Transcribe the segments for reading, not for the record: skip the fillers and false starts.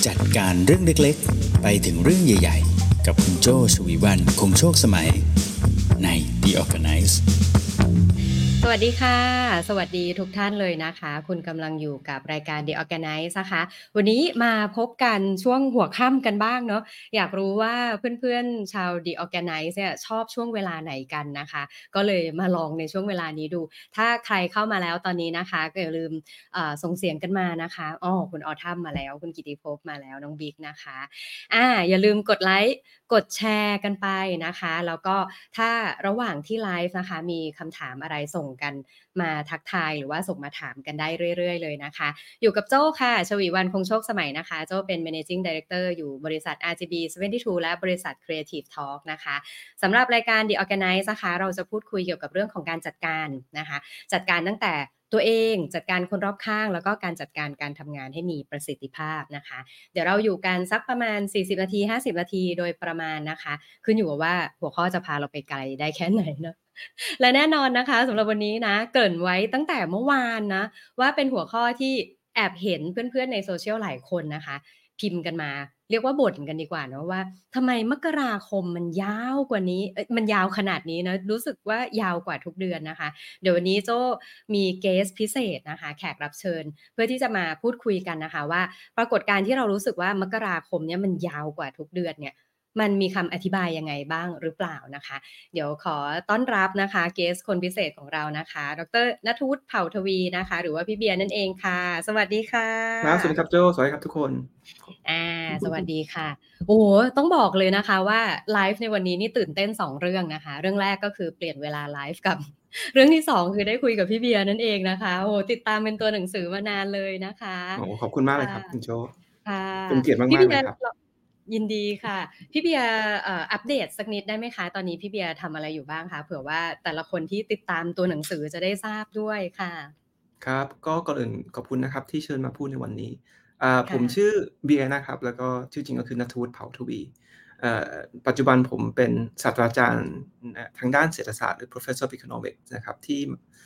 จัดการเรื่องเล็กๆไปถึงเรื่องใหญ่ๆกับคุณโจ้ชวีวรรณคงโชคสมัยใน The Organize สวัสดีค่ะสวัสดีทุกท่านเลยนะคะคุณกำลังอยู่กับรายการ The Organize นะคะวันนี้มาพบกันช่วงหัวค่ำกันบ้างเนาะอยากรู้ว่าเพื่อนๆชาว The Organize เนี่ยชอบช่วงเวลาไหนกันนะคะก็เลยมาลองในช่วงเวลานี้ดูถ้าใครเข้ามาแล้วตอนนี้นะคะก็อย่าลืมส่งเสียงกันมานะคะคุณออทัมมาแล้วคุณกิติภพมาแล้วน้องบิ๊กนะคะอย่าลืมกดไลค์กดแชร์กันไปนะคะแล้วก็ถ้าระหว่างที่ไลฟ์นะคะมีคำถามอะไรส่งกันมาทักทายหรือว่าส่งมาถามกันได้เรื่อยๆเลยนะคะอยู่กับโจ้ค่ะชวีวรรณคงโชคสมัยนะคะโจ้เป็น Managing Director อยู่บริษัท RGB 72และบริษัท Creative Talk นะคะสำหรับรายการ The Organize นะคะเราจะพูดคุยเกี่ยวกับเรื่องของการจัดการนะคะจัดการตั้งแต่ตัวเองจัดการคนรอบข้างแล้วก็การจัดการการทำงานให้มีประสิทธิภาพนะคะเดี๋ยวเราอยู่กันสักประมาณ40นาที50นาทีโดยประมาณนะคะขึ้นอยู่กับว่าหัวข้อจะพาเราไปไกลได้แค่ไหนเนาะและแน่นอนนะคะสำหรับวันนี้นะเกริ่นไว้ตั้งแต่เมื่อวานนะว่าเป็นหัวข้อที่แอบเห็นเพื่อนๆในโซเชียลหลายคนนะคะพิมพ์กันมาเรียกว่าบ่นกันดีกว่าเนาะว่าทำไมมกราคมมันยาวกว่านี้มันยาวขนาดนี้นะรู้สึกว่ายาวกว่าทุกเดือนนะคะเดี๋ยววันนี้โจ้มีเกสต์พิเศษนะคะแขกรับเชิญเพื่อที่จะมาพูดคุยกันนะคะว่าปรากฏการณ์ที่เรารู้สึกว่ามกราคมเนี่ยมันยาวกว่าทุกเดือนเนี่ยมันมีคำอธิบายยังไงบ้างหรือเปล่านะคะเดี๋ยวขอต้อนรับนะคะเกสต์คนพิเศษของเรานะคะดร.ณัฐวุฒิเผ่าทวีนะคะหรือว่าพี่เบียร์นั่นเองค่ะสวัสดีค่ครับสวัสดีคะรับโจ้สวัสดีครับทุกคนสวัสดีค่ะโอ้โฮต้องบอกเลยนะคะว่าไลฟ์ในวันนี้นี่ตื่นเต้น2เรื่องนะคะเรื่องแรกก็คือเปลี่ยนเวลาไลฟ์กับเรื่องที่2คือได้คุยกับพี่เบียร์นั่นเองนะคะโอ้โฮติดตามเป็นตัวหนังสือมานานเลยนะคะโอ้ขอบคุณมากเลยครับคุณค่ะโจ้ค่ะเป็นเกียรติพี่เบียร์มากๆเลยครับยินดีค่ะพี่เบียร์อัปเดตสักนิดได้ไหมคะตอนนี้พี่เบียร์ทำอะไรอยู่บ้างคะเผื่อว่าแต่ละคนที่ติดตามตัวหนังสือจะได้ทราบด้วยค่ะครับก็ก่อนอื่นขอบคุณนะครับที่เชิญมาพูดในวันนี้ผมค่ะชื่อเบียร์นะครับแล้วก็ชื่อจริงก็คือณัฐวุฒิเผ่าทวีเอ่อปัจจุบันผมเป็นศาสตราจารย์ทางด้านเศรษฐศาสตร์หรือ Professor of Economics นะครับที่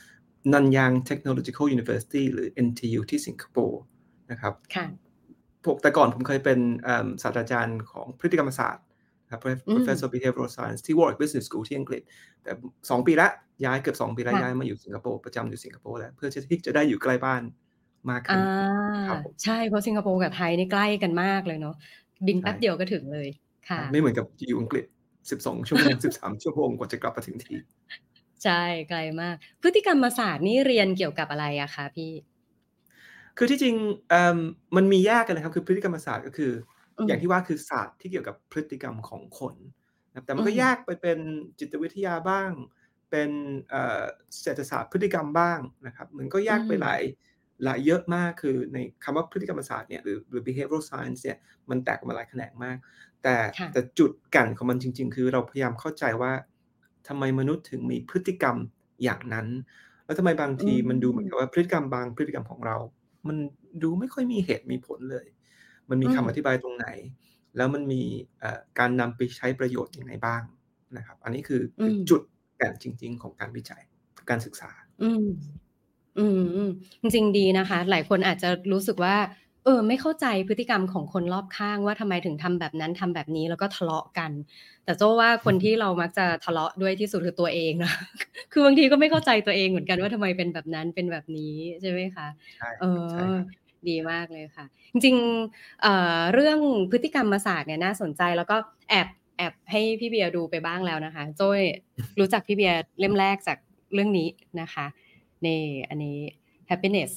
Nanyang Technological University หรือ NTU ที่สิงคโปร์นะครับค่ะแต่ก่อนผมเคยเป็นศาสตราจารย์ของพฤติกรรมศาสตร์ครับอืม Professor of Behavioral Science ที่ Warwick Business School ที่อังกฤษแต่2 ปีแล้วย้ายเกือบ2 ปีแล้วย้ายค่ะมาอยู่สิงคโปร์ประจำอยู่สิงคโปร์แล้วเพื่อที่จะได้อยู่ใกล้บ้านมากขึ้นครับผมใช่เพราะสิงคโปร์กับไทยนี่ใกล้กันมากเลยเนาะบินแป๊ใช่บเดียวก็ถึงเลยค่ะไม่เหมือนกับอยู่อังกฤษ12 ชั่วโมง13 ชั่วโมงกว่าจะกลับมาถึงที่ใช่ไกลมากพฤติกรรมศาสตร์นี่เรียนเกี่ยวกับอะไรอะคะพี่คือที่จริงมันมีแยกกันนะครับคือพฤติกรรมศาสตร์ก็คืออืมอย่างที่ว่าคือศาสตร์ที่เกี่ยวกับพฤติกรรมของคนนะครับแต่มันก็อืมแยกไปเป็นจิตวิทยาบ้างเป็นเศรษฐศาสตร์พฤติกรรมบ้างนะครับมันก็แยอืกไปมหลายเยอะมากคือในคำว่าพฤติกรรมศาสตร์เนี่ยหรือ behavioral science เนี่ยมันแตกออกมาหลายแขนงมากแต่ค่ะแต่จุดแก่นของมันจริงๆคือเราพยายามเข้าใจว่าทำไมมนุษย์ถึงมีพฤติกรรมอย่างนั้นแล้วทำไมบางอืทีมันดูเหมือนกับมว่าพฤติกรรมบางพฤติกรรมของเรา มันดูไม่ค่อยมีเหตุมีผลเลย มันมีอืมคำอธิบายตรงไหน แล้วมันมีการนำไปใช้ประโยชน์ยังไงบ้างนะครับ อันนี้คืออืมจุดแก่นจริงๆของการวิจัยการศึกษาอืม อืมจริงๆดีนะคะหลายคนอาจจะรู้สึกว่าไม่เข้าใจพฤติกรรมของคนรอบข้างว่าทำไมถึงทำแบบนั้นทำแบบนี้แล้วก็ทะเลาะกันแต่โจ้ว่าคนที่เรามักจะทะเลาะด้วยที่สุดคือตัวเองนะคือบางทีก็ไม่เข้าใจตัวเองเหมือนกันว่าทำไมเป็นแบบนั้นเป็นแบบนี้ใช่ไหมคะใช่เออใช่ครับดีมากเลยค่ะจริงๆเรื่องพฤติกรรมศาสตร์เนี่ยน่าสนใจแล้วก็แอบให้พี่เบียร์ดูไปบ้างแล้วนะคะโจ้รู้จักพี่เบียร์เล่มแรกจากเรื่องนี้นะคะ นี่อันนี้ happiness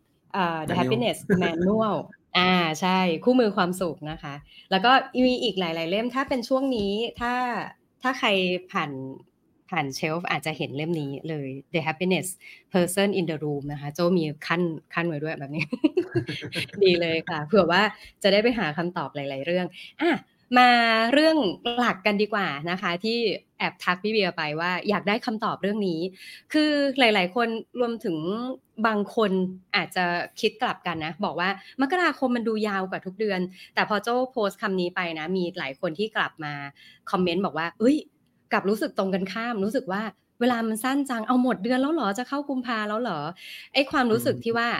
The แมนนวล happiness manual ใช่คู่มือความสุขนะคะแล้วก็มีอีกหลายๆเล่มถ้าเป็นช่วงนี้ถ้าใครผ่านเชลฟ์อาจจะเห็นเล่มนี้เลย The happiness person in the room นะคะโจมีขั้นไว้ด้วยแบบนี้ ดีเลยค่ะเผื่อว่าจะได้ไปหาคำตอบหลายๆเรื่องมาเรื่องหลักกันดีกว่านะคะที่แอบทักพี่เบียร์ไปว่าอยากได้คำตอบเรื่องนี้คือหลายๆคนรวมถึงบางคนอาจจะคิดกลับกันนะบอกว่ามกราคมมันดูยาวกว่าทุกเดือนแต่พอโจ้โพสต์คำนี้ไปนะมีหลายคนที่กลับมาคอมเมนต์บอกว่าเอ้ยกลับรู้สึกตรงกันข้ามรู้สึกว่าเวลามันสั้นจังเอาหมดเดือนแล้วเหรอจะเข้ากุมภาแล้วเหรอไอ้ความรู้สึกที่ว่า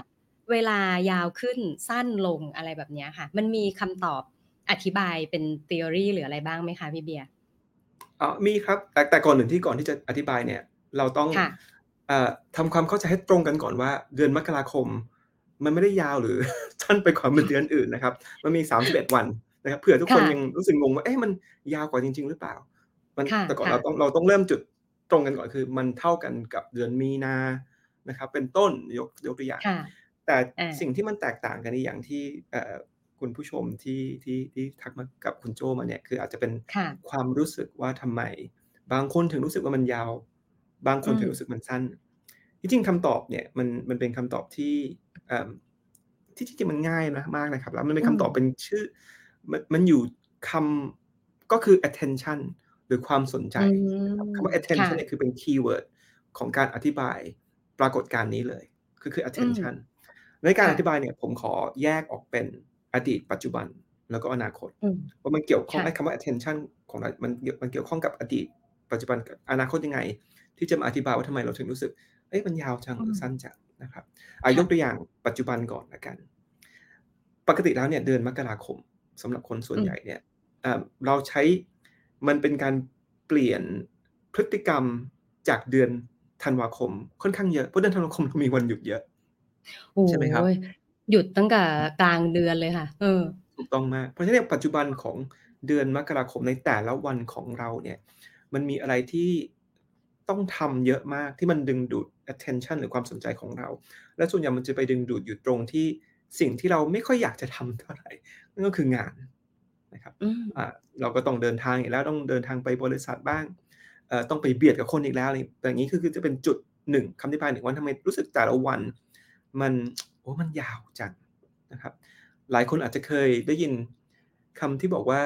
เวลายาวขึ้นสั้นลงอะไรแบบเนี้ยค่ะมันมีคำตอบอธิบายเป็น theory หรืออะไรบ้างไหมคะพี่เบียร์มีครับแต่ก่อนที่จะอธิบายเนี่ยเราต้องค่ะทำความเข้าใจให้ตรงกันก่อนว่าเดือนมกราคมมันไม่ได้ยาวหรือ สั้นไปกว่าเดือนอื่นนะครับมันมี31วันนะครับเผื่อทุกคนยังค่ะรู้สึกงงว่าเอ๊ะมันยาวกว่าจริงๆหรือเปล่าค่ะแต่ก่อนค่ะเราต้องเริ่มจุดตรงกันก่อนคือมันเท่ากันกับเดือนมีนานะครับเป็นต้นยกตัวอย่างค่ะแต่อาสิ่งที่มันแตกต่างกันในอย่างที่คุณผู้ชมที่ทักมากับคุณโจ้มาเนี่ยคืออาจจะเป็นค่ะความรู้สึกว่าทำไมบางคนถึงรู้สึกว่ามันยาวบางคนอืมถึงรู้สึกมันสั้นที่จริงคำตอบเนี่ยมันเป็นคำตอบที่เอ่อที่จริงๆมันง่ายนะมากนะครับแล้วมันเป็นอืมคำตอบเป็นชื่อมันอยู่คำก็คือ attention หรือความสนใจอืนะครับมคำว่าค่ะ attention เนี่ยคือเป็นคีย์เวิร์ดของการอธิบายปรากฏการณ์นี้เลยคืออืม attention ในการอค่ะธิบายเนี่ยผมขอแยกออกเป็นอดีตปัจจุบันแล้วก็อนาคตอืมว่ามันเกี่ยวข้องค่ะไอ้คำว่า attention ของเรามันเกี่ยวข้องกับอดีตปัจจุบันกับอนาคตยังไงที่จะมาอธิบายว่าทำไมเราถึงรู้สึกเอ๊ะมันยาวจังอืมหรือสั้นจังนะครับยค่ะกตัวอย่างปัจจุบันก่อนแล้วกันปกติแล้วเนี่ยเดือนมกราคมสำหรับคนส่วนอืมใหญ่เนี่ยเราใช้มันเป็นการเปลี่ยนพฤติกรรมจากเดือนธันวาคมค่อนข้างเยอะเพราะเดือนธันวาคมเรามีวันหยุดเยอะโอ้ใช่ไหมครับโฮหยุดตั้งแต่กลางเดือนเลยค่ะเออถูกต้องมากเพราะฉะนั้นเนี่ยปัจจุบันของเดือนมกราคมในแต่ละวันของเราเนี่ยมันมีอะไรที่ต้องทำเยอะมากที่มันดึงดูด attention หรือความสนใจของเราและส่วนใหญ่มันจะไปดึงดูดอยู่ตรงที่สิ่งที่เราไม่ค่อยอยากจะทำเท่าไรนั่นก็คืองานนะครับอืมเราก็ต้องเดินทางอีกแล้วต้องเดินทางไปบริษัทบ้างต้องไปเบียดกับคนอีกแล้วอะไรอย่างงี้คือจะเป็นจุดหนึ่งคำอธิบายหนึ่งว่าทำไมรู้สึกแต่ละวันมันโอ้มันยาวจังนะครับ หลายคนอาจจะเคยได้ยินคำที่บอกว่า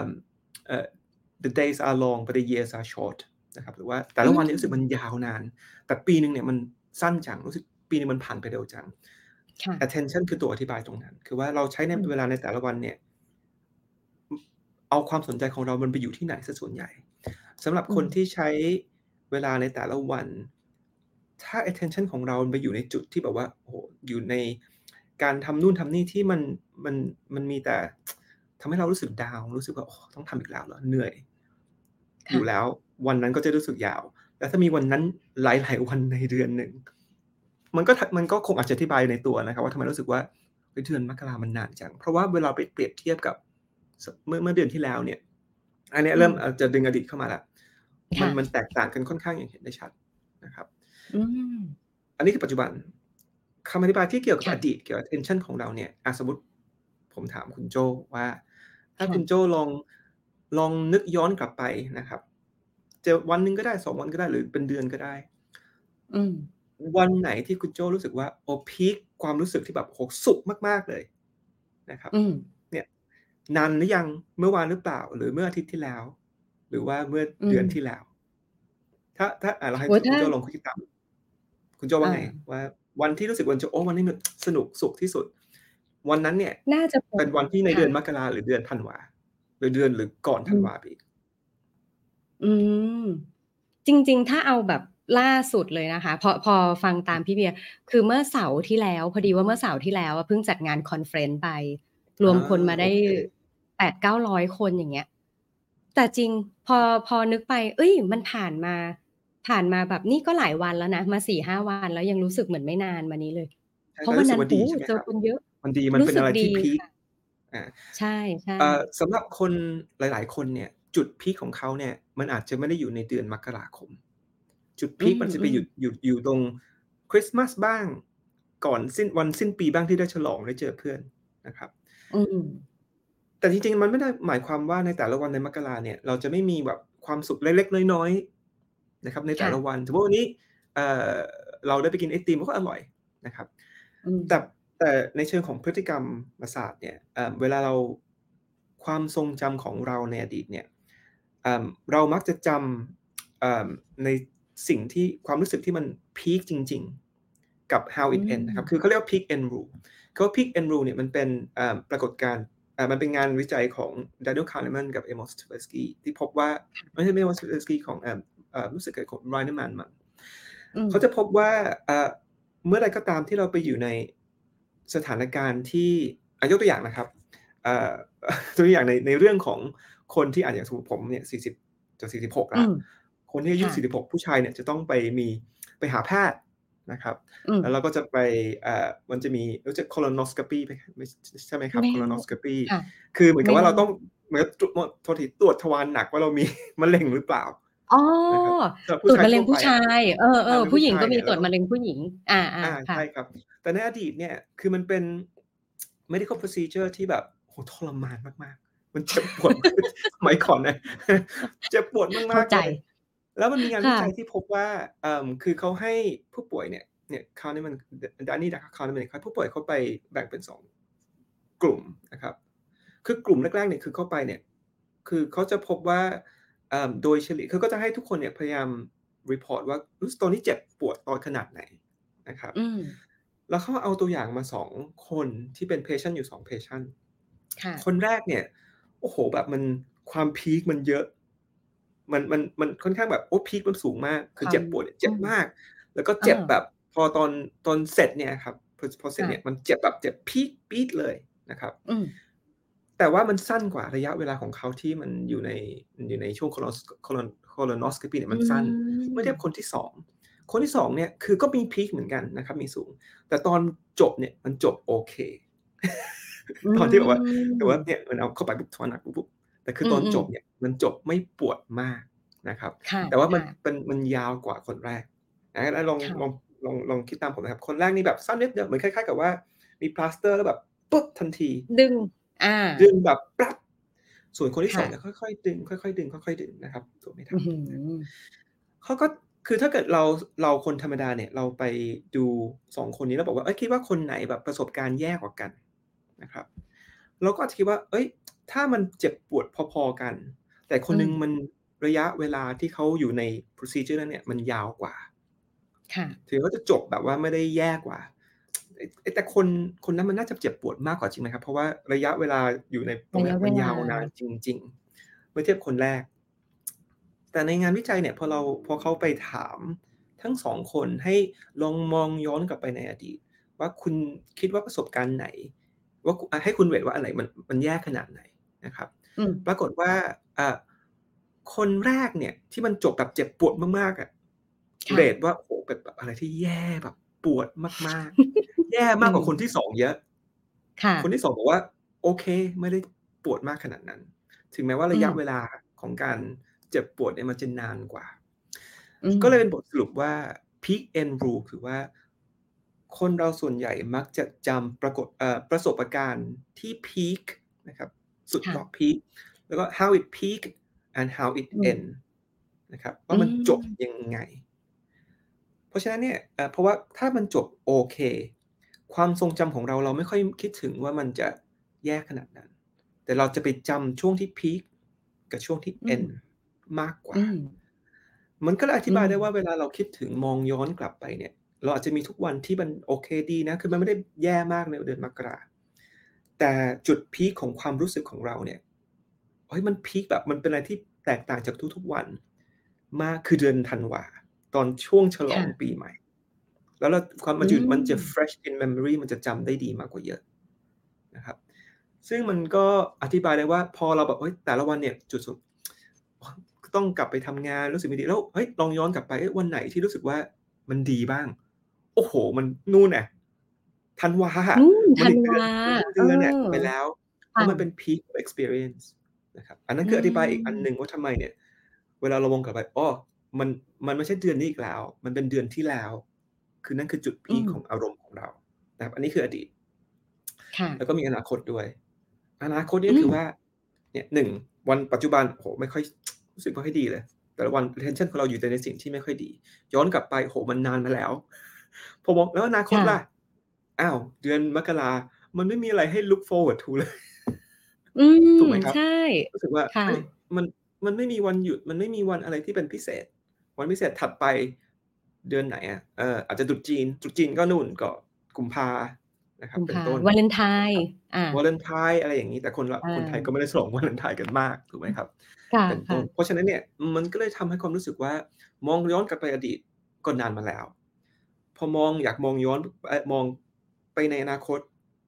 the days are long but the years are short นะครับหรือว่าแต่อืละวันเนี่ยรู้สึกมันมยาวนานแต่ปีหนึ่งเนี่ยมันสั้นจังรู้สึกปีหนึ่งมันผ่านไปเร็วจังค่ะ attention คือตัวอธิบายตรงนั้นคือว่าเราใช้ในอืมเวลาในแต่ละวันเนี่ยเอาความสนใจของเรามันไปอยู่ที่ไหนเสียส่วนใหญ่สำหรับอืมคนที่ใช้เวลาในแต่ละวันถ้า attention ของเรามันไปอยู่ในจุดที่แบบว่าโอ้โฮอยู่ในการทำนู่นทำนี่ที่มันมันมีแต่ทำให้เรารู้สึกดาวน์รู้สึกว่าโอ้ต้องทำอีกแล้วเหรอเหนื่อยอยู่ค่ะแล้ววันนั้นก็จะรู้สึกยาวแล้วถ้ามีวันนั้นหลายๆวันในเดือนหนึ่งมันก็คงอาจจะอธิบายในตัวนะครับว่าทำไมรู้สึกว่าเฮ้ยเดือนมกรามันนานจังเพราะว่าเวลาไปเปรียบเทียบกับเมื่อเดือนที่แล้วเนี่ยอันเนี้ยอืมเริ่มจะดึงอดีตเข้ามาแล้วมันค่ะมันแตกต่างกันค่อนข้างอย่างเห็นได้ชัดนะครับอืมอันนี้คือปัจจุบันคำอธิบายที่เกี่ยวกับอค่ะดีตเกี่ยวกับ attention ของเราเนี่ยสมมุติผมถามคุณโจ้ว่าถ้าคุณค่ะโจ้ลองนึกย้อนกลับไปนะครับจะวันหนึ่งก็ได้2วันก็ได้หรือเป็นเดือนก็ได้อืมวันไหนที่คุณโจ้รู้สึกว่าโอ้พีกความรู้สึกที่แบบโอ้โฮสุขมากๆเลยนะครับอืมเนี่ยนานหรือยังเมื่อวานหรือเปล่าหรือเมื่ออาทิตย์ที่แล้วหรือว่าเมื่ออืมเดือนที่แล้วถ้าเราให้โอ้โฮถ้าคุณโจ้ลองคิดตามคุณโจ้ว่าอาไงว่าวันที่รู้สึกวันโอ้วันนี้มันสนุกสุขที่สุดวันนั้นเนี่ยน่าจะเป็นเป็นวันที่ในเดืค่ะอนมกราหรือเดือนธันวาหรือก่อนธันวาอืมไปอีกอืมจริงๆถ้าเอาแบบล่าสุดเลยนะคะพอฟังตามพี่เบียร์คือเมื่อเสาร์ที่แล้วพอดีว่าเมื่อเสาร์ที่แล้วอะเพิ่งจัดงานคอนเฟอเรนซ์ไปรอาวมคนมาได้โอเค 800-900คนอย่างเงี้ยแต่จริงพอนึกไปเฮ้ยมันผ่านมาแบบนี่ก็หลายวันแล้วนะมา4-5วันแล้วยังรู้สึกเหมือนไม่นานมานี้เลยเพราะใช่ๆรู้สึกว่าดีวันนั้นโอ้โฮเจใช่ไหมครับอคนเยอะมันดีมันเป็นอะไรรู้สึกดีที่พีกค่ะอาใช่สำหรับคนหลายๆคนเนี่ยจุดพีกของเขาเนี่ยมันอาจจะไม่ได้อยู่ในเดือนมกราคมจุดๆอืพีกมันจะไปมอยู่ตรงคริสต์มาสบ้างก่อนวันสิ้นปีบ้างที่ได้ฉลองได้เจอเพื่อนนะครับอืมแต่จริงๆมันไม่ได้หมายความว่าในแต่ละวันในมกราเนี่ยเราจะไม่มีแบบความสุขเล็กๆน้อยๆนะครับในแต่ค่ะละวันสมมุติวันนี้เอ่อเราได้ไปกินไอติมก็อร่อยนะครับอืมแต่แต่ในเชิงของพฤติกรรมศาสตร์เนี่ยเวลาเราความทรงจำของเราในอดีตเนี่ยเรามักจะจำในสิ่งที่ความรู้สึกที่มันพีกจริงๆกับ how อื it end นะครับคือมเขาเรียกว่า peak end rule คำว่า peak end rule เนี่ยมันเป็นปรากฏการณ์มันเป็นงานวิจัยของ Daniel Kahneman กับ Amos Tversky ที่พบว่าไม่ใช่ Amos Tversky ของรู้สึกจะของ Reinemann มั้งอืมเขาจะพบว่าเมื่อใดก็ตามที่เราไปอยู่ในสถานการณ์ที่ยกตัวอย่างนะครับเอ่อ ตัวอย่างในเรื่องของคนที่อย่างสมมุติผมเนี่ย40จะ46 อืแล้วมคนที่อายุค่ะ 46ผู้ชายเนี่ยจะต้องไปหาแพทย์นะครับอืมแล้วเราก็จะไปมันจะมีรู้จัก colonoscopy ไหมไม่ใช่ไหมครับไม่ colonoscopy ค่ะคือเหมือนกับไม่ว่าเราต้องเหมือนโทษทีตรวจทวารหนักว่าเรามี มะเร็งหรือเปล่าอ๋อนะครับสำหรับตรวจผู้ชายทั่วไปมะเร็งผู้ชายเป็นผู้หญิงผู้ชายก็มีตรวจเนี่ยเราต้องมะเร็งผู้หญิงค่ะใช่ครับแต่ในอดีตเนี่ยคือมันเป็น medical procedure ที่แบบโอ้โฮทรมานมากๆมันเจ็บปวด สมัยก่อนนะเจ็บปวดเข้าใจมากๆเลยแล้วมันมีงานวิจัยค่ะที่พบว่าคือเขาให้ผู้ป่วยเนี่ยKahneman Danny Kahneman ให้ผู้ป่วยเขาไปแบ่งเป็น2กลุ่มนะครับคือกลุ่มแรกๆเนี่ยคือเข้าไปเนี่ยคือเขาจะพบว่าโดยเฉลี่ยคือก็จะให้ทุกคนเนี่ยพยายาม report ว่าตอนนี้เจ็บปวดตอนขนาดไหนนะครับอืมแล้วเขาเอาตัวอย่างมา2คนที่เป็น patient อยู่2 patient ค่ะคนแรกเนี่ยโอ้โฮแบบมันความพีกมันเยอะมันค่อนข้างแบบโอ้พีกมันสูงมากคือความเจ็บปวดเนี่ยอืเจ็บมมากแล้วก็เออเจ็บแบบพอตอนเสร็จเนี่ยครับพอเสร็จค่ะเนี่ยมันเจ็บแบบเจ็บพีกปี๊ดเลยนะครับอืมแต่ว่ามันสั้นกว่าระยะเวลาของเขาที่มันอยู่ในช่วง colonoscopy เนี่ยอืมันสั้นมเมื่อเทียบคนที่2คนที่2เนี่ยคือก็มีพีกเหมือนกันนะครับมีสูง แต่ตอนจบเนี่ยมันจบโอเคอืตอนที่แบบว่าแต่ว่ามเนี่ยมันเอาเข้าไปปุ๊บทอนหนักปุ๊บแต่คืออืตอนจมบเนี่ยมันจบไม่ปวดมากนะครับๆค่ะแต่ว่ามันๆมันยาวกว่าคนแรกแล้วค่ะลองคิดตามผมนะครับคนแรกนี่แบบสั้นนิดเดียวเหมือนคล้ายๆกับว่ามีพลาสเตอร์แล้วแบบปุ๊บทันทีดึงอาดึงแบบปั๊บส่วนคนที่2 ค่ะเนี่ยค่อยๆดึงค่อยๆดึงค่อยๆดึงนะครับถูกไหมครับอื้อฮือเขาก็คือถ้าเกิดเราคนธรรมดาเนี่ยเราไปดู2คนนี้แล้วบอกว่าเฮ้ยคิดว่าคนไหนแบบประสบการณ์แย่กว่ากันนะครับเราก็อาจจะคิดว่าเฮ้ยถ้ามันเจ็บปวดพอๆกันแต่คนอืมหนึ่งมันระยะเวลาที่เขาอยู่ใน procedure นั้นเนี่ยมันยาวกว่าค่ะถึงเขาจะจบแบบว่าไม่ได้แย่กว่าแต่คนนั้นมันน่าจะเจ็บปวดมากกว่าจริงไหมครับเพราะว่าระยะเวลาอยู่ในตรงระเนี้ยมันยะเวลายาวนานจริงๆเมื่อเทียบคนแรก แต่ในงานวิจัยเนี่ยพอเขาไปถามทั้ง2คนให้ลองมองย้อนกลับไปในอดีตว่าคุณคิดว่าประสบการณ์ไหนว่าให้คุณเรตว่าอันไหนมันแย่ขนาดไหนนะครับอืมปรากฏว่าอ่าคนแรกเนี่ยที่มันจบแบบเจ็บปวดมากๆอะเรค่ะตว่าโอ้โฮแบบอะไรที่แย่แบบปวดมากๆแย่อืมากกว่าคนมที่2เยอะค่ะคนที่2บอกว่าโอเคไม่ได้ปวดมากขนาดนั้น ถึงแม้ว่าอืมระยะเวลาของการเจ็บปวดเนี่ยมันจะนานกว่าอืมก็เลยเป็นบทสรุปว่า Peak End Rule คือว่าคนเราส่วนใหญ่มักจะจำประสบการณ์ที่พีกนะครับสุดค่ะยอดพีกแล้วก็ how it peak and how it อืม end นะครับอืว่ามันจบมยังไง เพราะฉะนั้นเนี่ยเพราะว่าถ้ามันจบโอเคความทรงจำของเราไม่ค่อยคิดถึงว่ามันจะแย่ขนาดนั้นแต่เราจะไปจำช่วงที่พีกกับช่วงที่อืม end มากกว่าอืมมันก็เลยอธิอืมบายได้ว่าเวลาเราคิดถึงมองย้อนกลับไปเนี่ยเราอาจจะมีทุกวันที่มันโอเคดีนะคือมันไม่ได้แย่มากในเดือนมกราแต่จุดพีกของความรู้สึกของเราเนี่ยเฮ้ยมันพีกแบบมันเป็นอะไรที่แตกต่างจากทุกๆวันมากคือเดือนธันวาตอนช่วงฉลองค่ะปีใหม่ แล้วความอืมันจะม fresh in memory มันจะจำได้ดีมากกว่าเยอะนะครับซึ่งมันก็อธิบายได้ว่าพอเราแบบเฮ้ยแต่ละวันเนี่ยจุดสุดต้องกลับไปทำงานรู้สึกไม่ดีแล้วเฮ้ยลองย้อนกลับไปเฮ้ยวันไหนที่รู้สึกว่ามันดีบ้างโอ้โฮมันนู่นน่ะธันวาอะนู่นมันอีกเดือนธันวามันครึ่งเออเดือนเนี่ยไปแล้วเพราะมันเป็นค่ะ peak of experience นะครับอันนั้นอืคืออธิบายอีกอันหนึ่งมว่าทำไมเนี่ยเวลาเรามองกลับไปอ้อมันมันไม่ใช่เดือนนี้อีกแล้วมันเป็นเดือนที่แล้ว คือนั่นคือจุดอืพีกมของอารมณ์ของเรานะครับอันนี้คืออดีตค่ะแล้วก็มีอนาคตด้วยอนาคตนี่อืมก็คือว่าเนี่ย1วันปัจจุบันโอ้โฮไม่ค่อยรู้สึกไม่ค่อยดีเลยแต่ละวัน attention ของเราอยู่แต่ในสิ่งที่ไม่ค่อยดีย้อนกลับไปโอ้โฮมันนานมาแล้วพอมองแล้วอนาคตค่ะล่ะอ้าวเดือนมกรามันไม่มีอะไรให้ look forward to เลยอืมถูกไหมครับใช่รู้สึกว่าค่ะเฮ้ยมันมันไม่มีวันหยุดมันไม่มีวันอะไรที่เป็นพิเศษวันพิเศษถัดไปเดือนไหนอะอาจจะตรุษจีนก็นู่นก็กุมภานะครับกุมภาเป็นต้นวาเลนไทน์นะครับอาวาเลนไทน์อะไรอย่างงี้แต่คนไทยก็อาไม่ได้ฉลองวาเลนไทน์กันมากถูกไหมครับค่ะเป็นต้นเพค่ะราะฉะนั้นเนี่ยมันก็เลยทำให้ความรู้สึกว่ามองย้อนกลับไปอดีตก็นานมาแล้วพออยากมองย้อนมองไปในอนาคต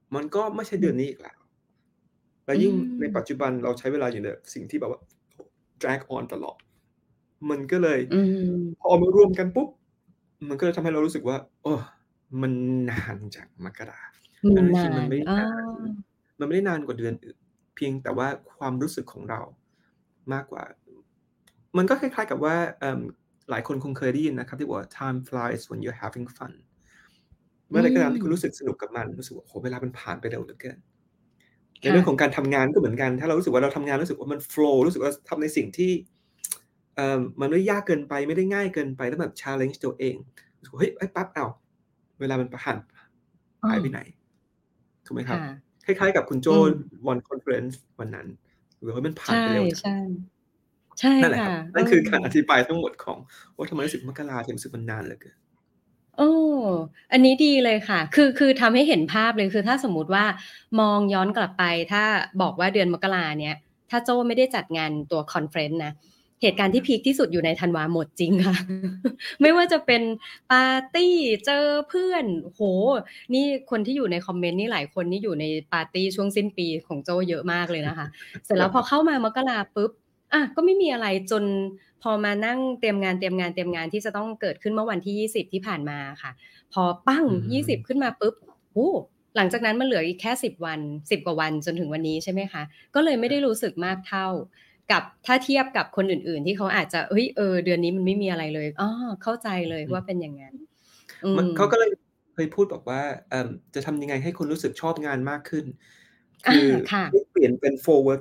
มันก็ไม่ใช่อืมเดือนนี้อีกแล้วและอืยิ่งในปัจจุมบันเราใช้เวลาอยู่ในสิ่งที่แบบว่า drag on ตลอดมันก็เลยอืพอมเอามารวมกันปุ๊บมันก็เลยทำให้เรารู้สึกว่ามันนานจังมกรามันทั้งที่จริงนานมันไม่ได้นานกว่าเดือนอื่นเพียงแต่ว่าความรู้สึกของเรามากกว่ามันก็คล้ายๆกับว่าหลายคนคงเคยได้ยินนะครับที่บอกว่า time flies when you're having fun เมื่อือไรก็ตามที่คุณรู้สึกมสนุกกับมันรู้สึกว่าโอ้โฮเวลามันผ่านไปเร็วเหลือเกินในค่ะเรื่องของการทำงานก็เหมือนกันถ้าเรารู้สึกว่าเราทำงานรู้สึกว่ามันโฟลว์รู้สึกว่าทำในสิ่งที่มันไม่ยากเกินไปไม่ได้ง่ายเกินไปแล้วแบบ challenge ตัวเองรู้สึกว่าเฮ้ยแป๊บอ้าวเวลามันอ้อหายไปไหนถูกไหมครับค่ะคล้ายๆกับคุณโจ้อืมวันคอนเฟอเรนซ์วันนั้นรู้สึกว่ามันผ่านใช่ไปเร็วจังๆใช่นั่นแหละคค่ะรับนั่นคือการอธิบายทั้งหมดของว่าทำไมรู้สึกมกราถึงรู้สึกมันนานเหลือเกินเอออันนี้ดีเลยค่ะคือทำให้เห็นภาพเลยคือถ้าสมมุติว่ามองย้อนกลับไปถ้าบอกว่าเดือนมกราเนี้ยถ้าโจ้ไม่ได้จัดงานตัวคอนเฟอเรนซ์นะเหตุการณ์ที่พีกที่สุดอยู่ในธันวาหมดจริงค่ะไม่ว่าจะเป็นปาร์ตีเจอเพื่อนโอ้โฮนี่คนที่อยู่ในคอมเมนต์นี่หลายคนนี่อยู่ในปาร์ตีช่วงสิ้นปีของโจ้เยอะมากเลยนะคะเสร็จแล้วพอเข้ามามกราปุ๊บ ก็ไม่มีอะไรจนพอมานั่งเตรียมงานที่จะต้องเกิดขึ้นเมื่อวันที่20ที่ผ่านมาอะค่ะพอปั้งอื 20ขึ้มนมาปุ๊บโอ้โฮหลังจากนั้นมันเหลืออีกแค่10วัน10กว่าวันจนถึงวันนี้ใช่ไหมคะก็เลยไม่ได้รู้สึกมากเท่ากับถ้าเทียบกับคนอื่นๆที่เขาอาจจะเฮ้ยเดือนนี้มันไม่มีอะไรเลยเข้าใจเลยอืมว่าเป็นอย่างงั้นอืมเขาก็เลยเคยพูดบอกว่าจะทำยังไงให้คุณรู้สึกชอบงานมากขึ้นอาคือค่ะให้เปลี่ยนเป็น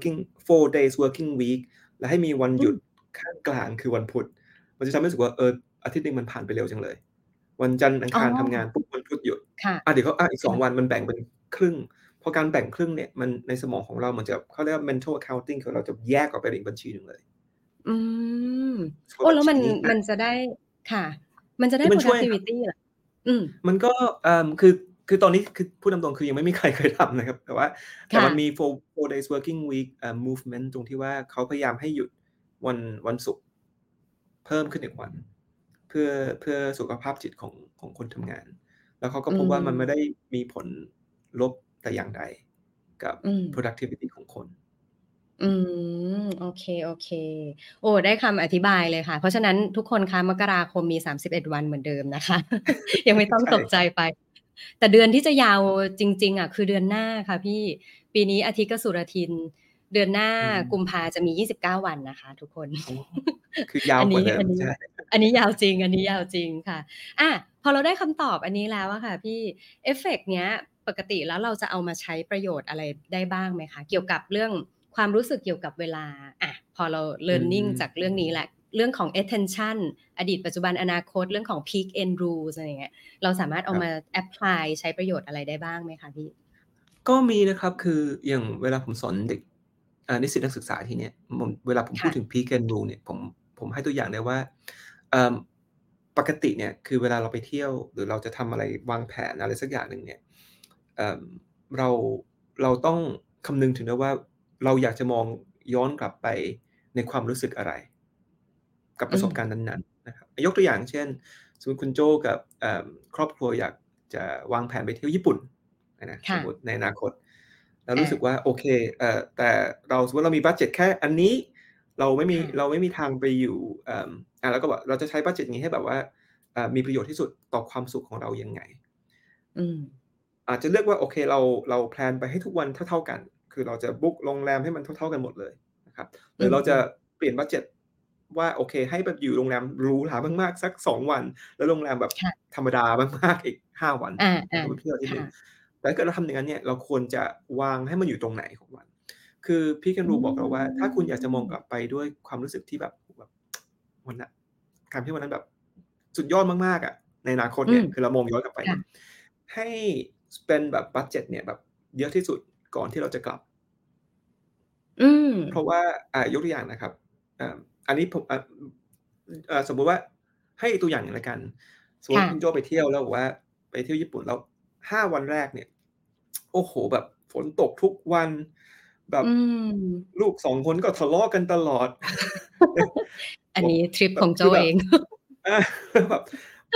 4 days working week แล้วให้มีวันหอืมยุดข้างกลางคือวันพุธมันจะทำให้รู้สึกว่าอาทิตย์หนึ่งมันผ่านไปเร็วจังเลยวันจันทร์อังอ๋อคารทำงานปุ๊บวันพุธหยุดค่ะเดี๋ยวก็อีก2วันค่ะมันแบ่งเป็นครึ่งพอการแบ่งครึ่งเนี่ยมันในสมองของเรามันจะเขาเรียกว่า mental accounting คือเราจะแยกออกเป็นอีกบัญชีหนึ่งเลยอืมรู้สึกว่าบัญแล้วมันชีนี้นะมันจะได้ค่ะมันจะได้คือมันช่วยครับ productivity เหรออืมมันก็คือตอนนี้คือพูดตามตรงคือยังไม่มีใครเคยทำนะครับแต่ค่ะมันมี four days working week movement ตรงที่ว่าเขาพยายามให้หยุดวันวันศุกร์เพิ่มขึ้น1วันเพื่อเพื่อสุขภาพจิตของคนทำงานแล้วเขาก็อืพบว่ามันไม่ได้มมีผลลบแต่อย่างใดกับอืม productivity ของคนอืโอเคโอ้ได้คำอธิบายเลยค่ะ เพราะฉะนั้นทุกคนคะมกราคมมี31วันเหมือนเดิมนะคะ ยังไม่ต้องใช่ตกใจไป แต่เดือนที่จะยาวจริงๆอะคือเดือนหน้าค่ะพี่ ปีนี้อาทิตย์ก็สุรทิน เดือนหน้าอืกุมมภาจะมี29วันนะคะทุกคนอ๋อคือยาอันวกว่าเดิมนี้อันนี้ใช่อันนี้ยาวจริงอันนี้ยาวจริงค่ะอาพอเราได้คำตอบอันนี้แล้วอะค่ะพี่เอฟเฟกต์เนี้ยปกติแล้วเราจะเอามาใช้ประโยชน์อะไรได้บ้างไหมคะเกี่ยวกับเรื่องความรู้สึกเกี่ยวกับเวลาพอเราอื learning จากมเรื่องนี้แหละเรื่องของ attention อดีตปัจจุบันอนาคตเรื่องของ peak end rules อะไรอย่างเงี้ยเราสามารถเอามาครับแอปพลายใช้ประโยชน์อะไรได้บ้างไหมคะพี่ก็มีนะครับคืออย่างเวลาผมสอนเด็กนิสิตนักศึกษาทีเนี้ยเวลาผมพูดค่ะถึง Peak and Rule เนี่ยผมให้ตัวอย่างได้ว่าเอ่อปกติเนี่ยคือเวลาเราไปเที่ยวหรือเราจะทำอะไรวางแผนอะไรสักอย่างหนึ่งเนี่ยเอ่อเราเราต้องคำนึงถึงด้วยว่าเราอยากจะมองย้อนกลับไปในความรู้สึกอะไรกับปอืมระสบการณ์นั้นๆนะครับยกตัวอย่างเช่นสมมุติคุณโจ้กับครอบครัวอยากจะวางแผนไปเที่ยวญี่ปุ่น สมค่ะมุติในอนาคตแล้วรู้อาสึกว่าโอเคแต่เราสมมุติเรามีบัดเจตแค่อันนี้เราค่ะไม่มีทางไปอยู่แล้วก็แบบเราจะใช้บัดเจตนี้ให้แบบว่ามีประโยชน์ที่สุดต่อความสุขของเรายังไงอืมอาจจะเลือกว่าโอเคเราแพลนไปให้ทุกวันเท่าๆกันคือเราจะบุ๊กโรงแรมให้มันเท่าๆกันหมดเลยนะครับหอืรือเราจะมเปลี่ยนบัดเจตว่าโอเคให้แบบอยู่โรงแรมหรูหรามากๆสัก2วันแล้วโรงแรมแบบๆค่ะธรรมดามากๆอีก5วันอาก็ไปเที่ยวอาทิตย์หนึ่งค่ะแต่ถ้าเกิดเราทำอย่างนั้นเนี่ยเราควรจะวางให้มันอยู่ตรงไหนของมันคือพี่กันอืรูบอกเราว่าถ้าคุณอยากจะมองกลับมไปด้วยความรู้สึกที่แบบวันน่ะการที่วันนั้นแบบสุดยอดมากๆอะในอนาคตอืมเนี่ยคือเรามองย้อนกลับไปค่ะเนี่ยให้ spend แบบบัดเจตเนี่ยแบบเยอะที่สุดก่อนที่เราจะกลับอืมเพราะว่ายกตัวอย่างนะครับอ่าอันนี้ผมสมมุติว่าให้ตัวอย่างหนึ่งแล้วกันสมมุติค่ะคุณโจ้ไปเที่ยวแล้วบอกว่าไปเที่ยวญี่ปุ่นแล้ว5วันแรกเนี่ยโอ้โฮแบบฝนตกทุกวันแบบอืมลูก2คนก็ทะเลาะกันตลอดอันบอกนี้ทริปแบของโจ้บคือแบบเองอาแบบ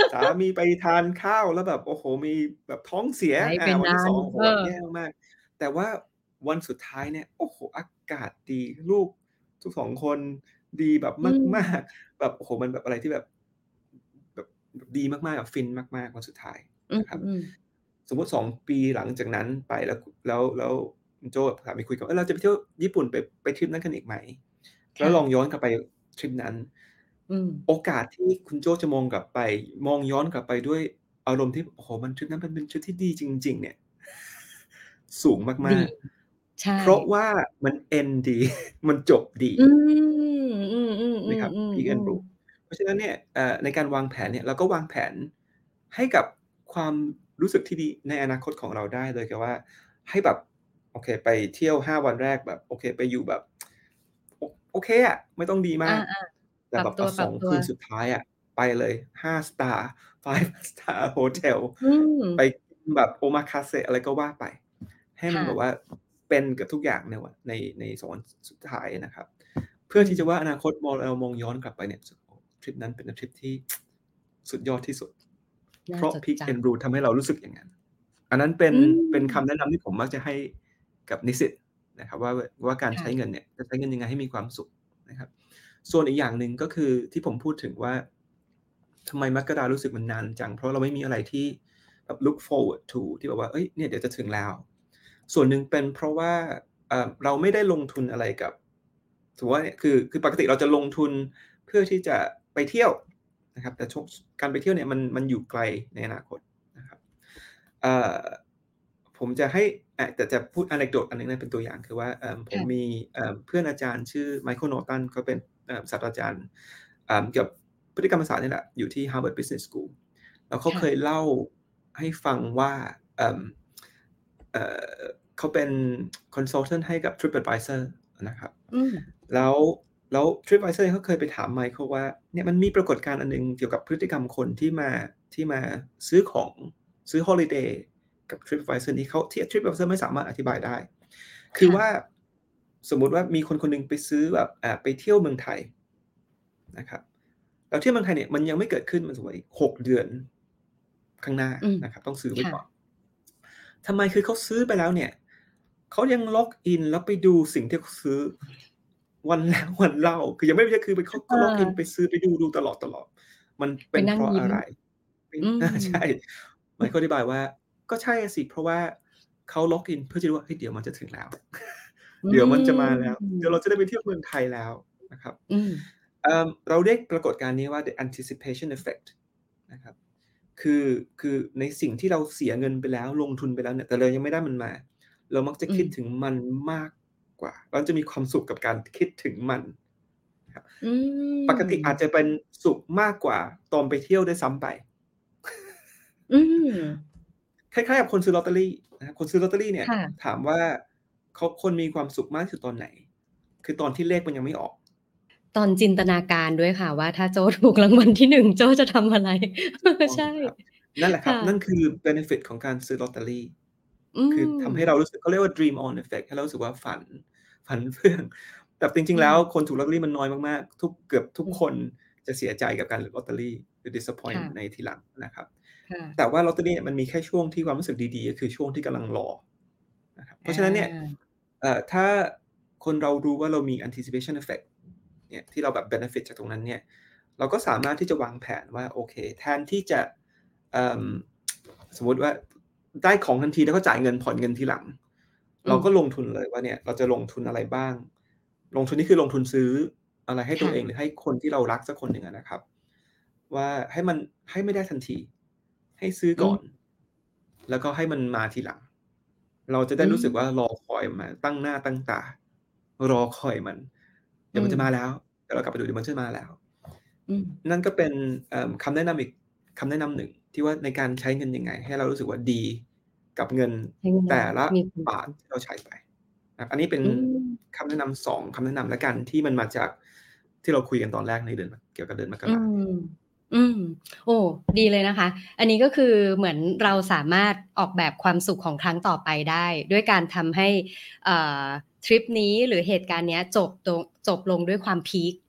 สามีไปทานข้าวแล้วแบบโอ้โฮมีแบบท้องเสียหายไปวันที่นาน 2โอ้โฮแบบแย่มากๆแต่ว่าวันสุดท้ายเนี่ยโอ้โฮอากาศดีลูกทุก2คนดีแบบอืมมากๆแบบโอ้โฮมันแบบอะไรที่แบบแบบดีมากๆอะฟินมากๆวันสุดท้ายอืนะครับมสมมุติ2ปีหลังจากนั้นไปแล้วคุณโจ้กับสามีคุยกันเราจะไปเที่ยวญี่ปุ่นไปทริปนั้นกันอีกไหมแล้วค่ะลองย้อนกลับไปทริปนั้นอืมโอกาสที่คุณโจ้จะมองย้อนกลับไปด้วยอารมณ์ที่โอ้โฮทริปนั้นมันเป็นทริปที่ดีจริงๆเนี่ยสูงดีมากใช่ๆเพราะว่ามัน end ดีมันจบดีอืมอืนะครับ Peak and ม Blue ๆๆๆเพราะฉะนั้นเนี่ยในการวางแผนเนี่ยเราก็วางแผนให้กับความรู้สึกที่ดีในอนาคตของเราได้เลยกับว่าให้แบบโอเคไปเที่ยว5วันแรกแบบโอเคไปอยู่แบบโอเคอะไม่ต้องดีอามากๆปรับแต่แบบ2 ตัวคืนสุดท้ายอะไปเลย5 star 5 star hotel อืมไปกินแบบ Omakase อะไรก็ว่าไปให้มันค่ะแบบว่าเป็นกับทุกอย่างใน2วันสุดท้ายนะครับ เพื่อืมอที่จะว่าอนาคตเรามองย้อนกลับไปเนี่ยทริปนั้นเป็นทริปที่สุดยอดที่สุดเพราะน่าจด Peak จ and Blue ทำให้เรารู้สึกอย่างนั้นอันนั้นเป็นำอืเป็นมคำแนะนำที่ผมมักจะให้กับนิสิตนะครับว่าการใช้เงินค่ะเนี่ยจะใช้เงินยังไงให้มีความสุขนะครับส่วนอีกอย่างหนึ่งก็คือที่ผมพูดถึงว่าทำไมมกรารู้สึกมันนานจังเพราะเราไม่มีอะไรที่แบบ look forward to ที่แบบว่าเฮ้ยเนี่ยเดี๋ยวจะถึงแล้วส่วนหนึ่งเป็นเพราะว่าเราไม่ได้ลงทุนอะไรกับสมมุติว่าเนี่ยคือปกติเราจะลงทุนเพื่อที่จะไปเที่ยวนะครับแต่การไปเที่ยวเนี่ยมันอยู่ไกลในอนาคตนะครับเอ่อผมจะให้แต่จะพูด anecdote อันหนึ่งนะเป็นตัวอย่างคือว่าผมค่ะมีเพื่อนอาจารย์ชื่อ Michael Norton เขาเป็นศาสตราจารย์เกี่ยวกับพฤติกรรมศาสตร์นี่แหละอยู่ที่ Harvard Business School แล้วเขาเคยค่ะเล่าให้ฟังว่าเอ่อเอ่อเขาเป็น consultant ให้กับ TripAdvisor นะครับอืมแล้วแล้ว TripAdvisor เขาเคยไปถาม Michael ว่าเนี่ยมันมีปรากฏการณ์อันหนึ่งเกี่ยวกับพฤติกรรมคนที่มาซื้อของซื้อฮอลิเดย์กับ TripAdvisor นี้ที่ TripAdvisor ไม่สามารถอธิบายได้คือค่ะว่าสมมุติว่ามีคนคนหนึ่งไปซื้อแบบไปเที่ยวเมืองไทยนะครับแล้วเที่ยวเมืองไทยเนี่ยมันยังไม่เกิดขึ้นมันสมมุติอีก6 เดือนข้างหน้าอืมนะครับต้องซื้อไว้ค่ะก่อนทำไมคือเขาซื้อไปแล้วเนี่ยเขายังล็อกอินแล้วไปดูสิ่งที่เขาซื้อวันแล้ววันเล่าคือยังไม่ใช่คือเขาเก็ล็อกอินไปออซื้อไปดูตลอดมันไปเป็นนั่งยิ้มเพราะอะไรเป็นอือามใช่ มันก็อธิบายว่าก็ใช่อะสิเพราะว่าเขาล็อกอินเพื่อจะรู้ว่าเฮ้ยเดี๋ยวมันจะถึงแล้วอืเดี๋ยวมันจะมาแล้วมเดี๋ยวเราจะได้ไปเที่ยวเมืองไทยแล้วนะครับอืมเราเรียกปรากฏการณ์นี้ว่า the anticipation effect นะครับคือคือในสิ่งที่เราเสียเงินไปแล้วลงทุนไปแล้วเนี่ยแต่เรายังไม่ได้มันมาเรามักจะอืมคิดถึงมันมากกว่าเราจะมีความสุขกับการคิดถึงมันครับอืปกติอาจจะมเป็นสุขมากกว่าตอนไปเที่ยวด้วยซ้ำไปอืมคล้ายๆกับคนซื้อลอตเตอรี่นะครับคนซื้อลอตเตอรี่เนี่ยค่ะถามว่าคนมีความสุขมากที่สุดตอนไหนคือตอนที่เลขมันยังไม่ออกตอนจินตนาการด้วยค่ะว่าถ้าโจ้ถูกรางวัลที่1โจ้จะทำอะไรถูก ต้องใช่ครับนั่นแหละครับนั่นค่ะคือ benefit ของการซื้อลอตเตอรี่อืคือมทำให้เรารู้สึกเขาเรียกว่า dream on effect ให้เรารู้สึกว่าฝันเฟื่องแต่จริอืมงๆแล้วคนถูกลอตเตอรี่มันน้อยมากๆเกือบทุกอืมคนจะเสียใจกับการลอตเตอรี่หรือ disappoint ค่ะในทีหลังนะครับค่ะแต่ว่าลอตเตอรี่เนี่ยมันมีแค่ช่วงที่ความรู้สึกดีๆก็คือช่วงที่กำลังรอนะครับเพอราะฉะนั้นเนี่ยาถ้าคนเรารู้ว่าเรามี anticipation effect เนี่ยที่เราแบบ benefit จากตรงนั้นเนี่ยเราก็สามารถที่จะวางแผนว่าโอเคแทนที่จะเอ่อสมมุติว่าได้ของทันทีแล้วก็จ่ายเงินผ่อนเงินทีหลังอืมเราก็ลงทุนเลยว่าเนี่ยเราจะลงทุนอะไรบ้างลงทุนนี่คือลงทุนซื้ออะไรให้ตัวเองหค่ะรือให้คนที่เรารักสักคนหนึ่งอะนะครับว่าให้ไม่ได้ทันทีให้ซื้ออืมก่อนแล้วก็ให้มันมาทีหลัง เราจะได้อืรู้สึกว่ารอมคอยมันตั้งหน้าตั้งตารอคอยมันเดี๋ยวมันอืมจะมาแล้วเดี๋ยวเรากลับไปดูเดี๋ยวมันจะมาแล้วอืมนั่นก็เป็นคำแนะนำอีกคำแนะนำหนึ่งที่ว่าในการใช้เงินยังไงให้เรารู้สึกว่าดีกับเงินให้เงินแต่ละมีความบาทสุขที่เราใช้ไปนะครับอันนี้เป็นอืมคำแนะนำ2คำแนะนำแล้วกันที่มันมาจากที่เราคุยกันตอนแรกในเดือนเกี่ยวกับเดือนมกอืรามอืมโอ้ดีเลยนะคะ อันนี้ก็คือเหมือนเราสามารถออกแบบความสุขของครั้งต่อไปได้ด้วยการทำให้เอ่อทริปนี้หรือเหตุการณ์เนี้ยจบลงด้วยความพีก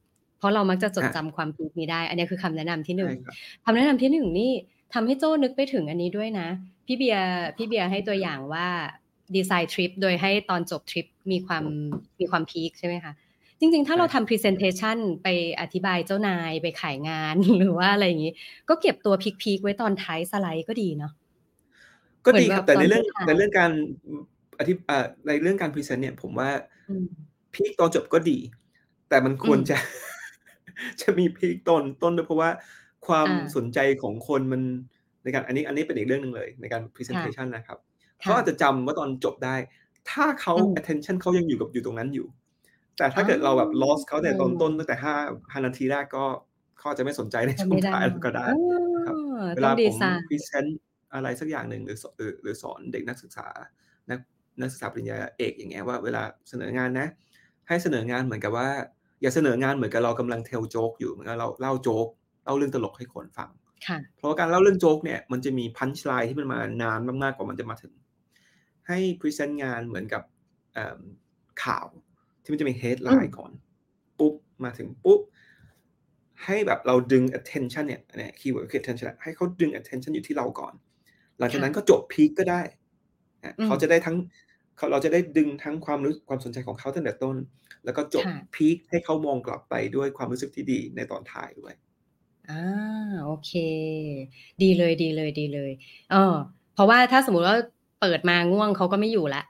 เพราะเรามักจะจดอาจำความพีคนี้ได้ อันนี้คือคำแนะนำที่หใช่นึ่งครับคำแนะนำที่หนึ่งนี่ทำให้โจ้นึกไปถึงอันนี้ด้วยนะพี่เบียร์ให้ตัวอย่างว่าดีไซน์ทริปโดยให้ตอนจบทริปมีความพีคใช่ไหมคะจริงๆถ้าเราใช่ครับทำ presentation ไปอธิบายเจ้านายไปขายงาน หรือว่าอะไรอย่างงี้ก็เก็บตัวพีคๆไว้ตอนท้ายสไลด์ก็ดีเนาะก็เหมือนแบบตอนดีครับแต่ในเรื่องท้ายในเรื่องการในเรื่องการพรีเซนต์เนี่ยผมว่าๆอืมพีกตอนจบก็ดีแต่มันคอืมวรจะจะมีพีกตอนด้วยเพราะว่าความอาสนใจของคนมันในการอันนี้เป็นอีกเรื่องหนึ่งเลยในการค่ะ presentation นะครับเขาค่ะอาจจะจำว่าตอนจบได้ถ้าเขาอืม attention เขายังอยู่ตรงนั้นอยู่แต่ถ้าอ๋เกิดเราแบบอ lost เขาในตอนต้นตั้งแต่5นาทีแรกก็เขาอาจจะไม่สนใจในช่วงจำไม่ได้ท้ายแล้วก็ได้เอนะครับเวต้องดีลาผมไซน์พรีเซนต์อะไรสักอย่างหนึ่งหรือสอนเด็กนักศึกษานักนักศึกษาปริญญาเอกอย่างเงี้ยว่าเวลาเสนองานนะให้เสนองานเหมือนกับว่าอย่าเสนองานเหมือนกับเรากำลัง tell joke อยู่เหมือนกับเราเล่าโจ๊กเล่าเรื่องตลกให้คนฟังค่ะเพราะว่าการเล่าเรื่องโจ๊กเนี่ยมันจะมี punch line ที่มันมานานมากๆกว่ามันจะมาถึงให้พรีเซนต์งานเหมือนกับข่าวที่มันจะมีอืม headline ก่อนปุ๊บมาถึงปุ๊บให้แบบเราดึง attention เนี่ยคีย์เวิร์ดคือ attention ให้เขาดึง attention อยู่ที่เราก่อนหลังจากค่ะนั้นก็จบพีคก็ได้อืมเขาจะได้ทั้งเราจะได้ดึงทั้งความสนใจของเขาตั้งแต่ต้นแล้วก็จบค่ะพีคให้เขามองกลับไปด้วยความรู้สึกที่ดีในตอนท้ายด้วยอาโอเคดีเลยเออเพราะว่าถ้าสมมุติว่าเปิดมาง่วงเขาก็ไม่อยู่แล้ว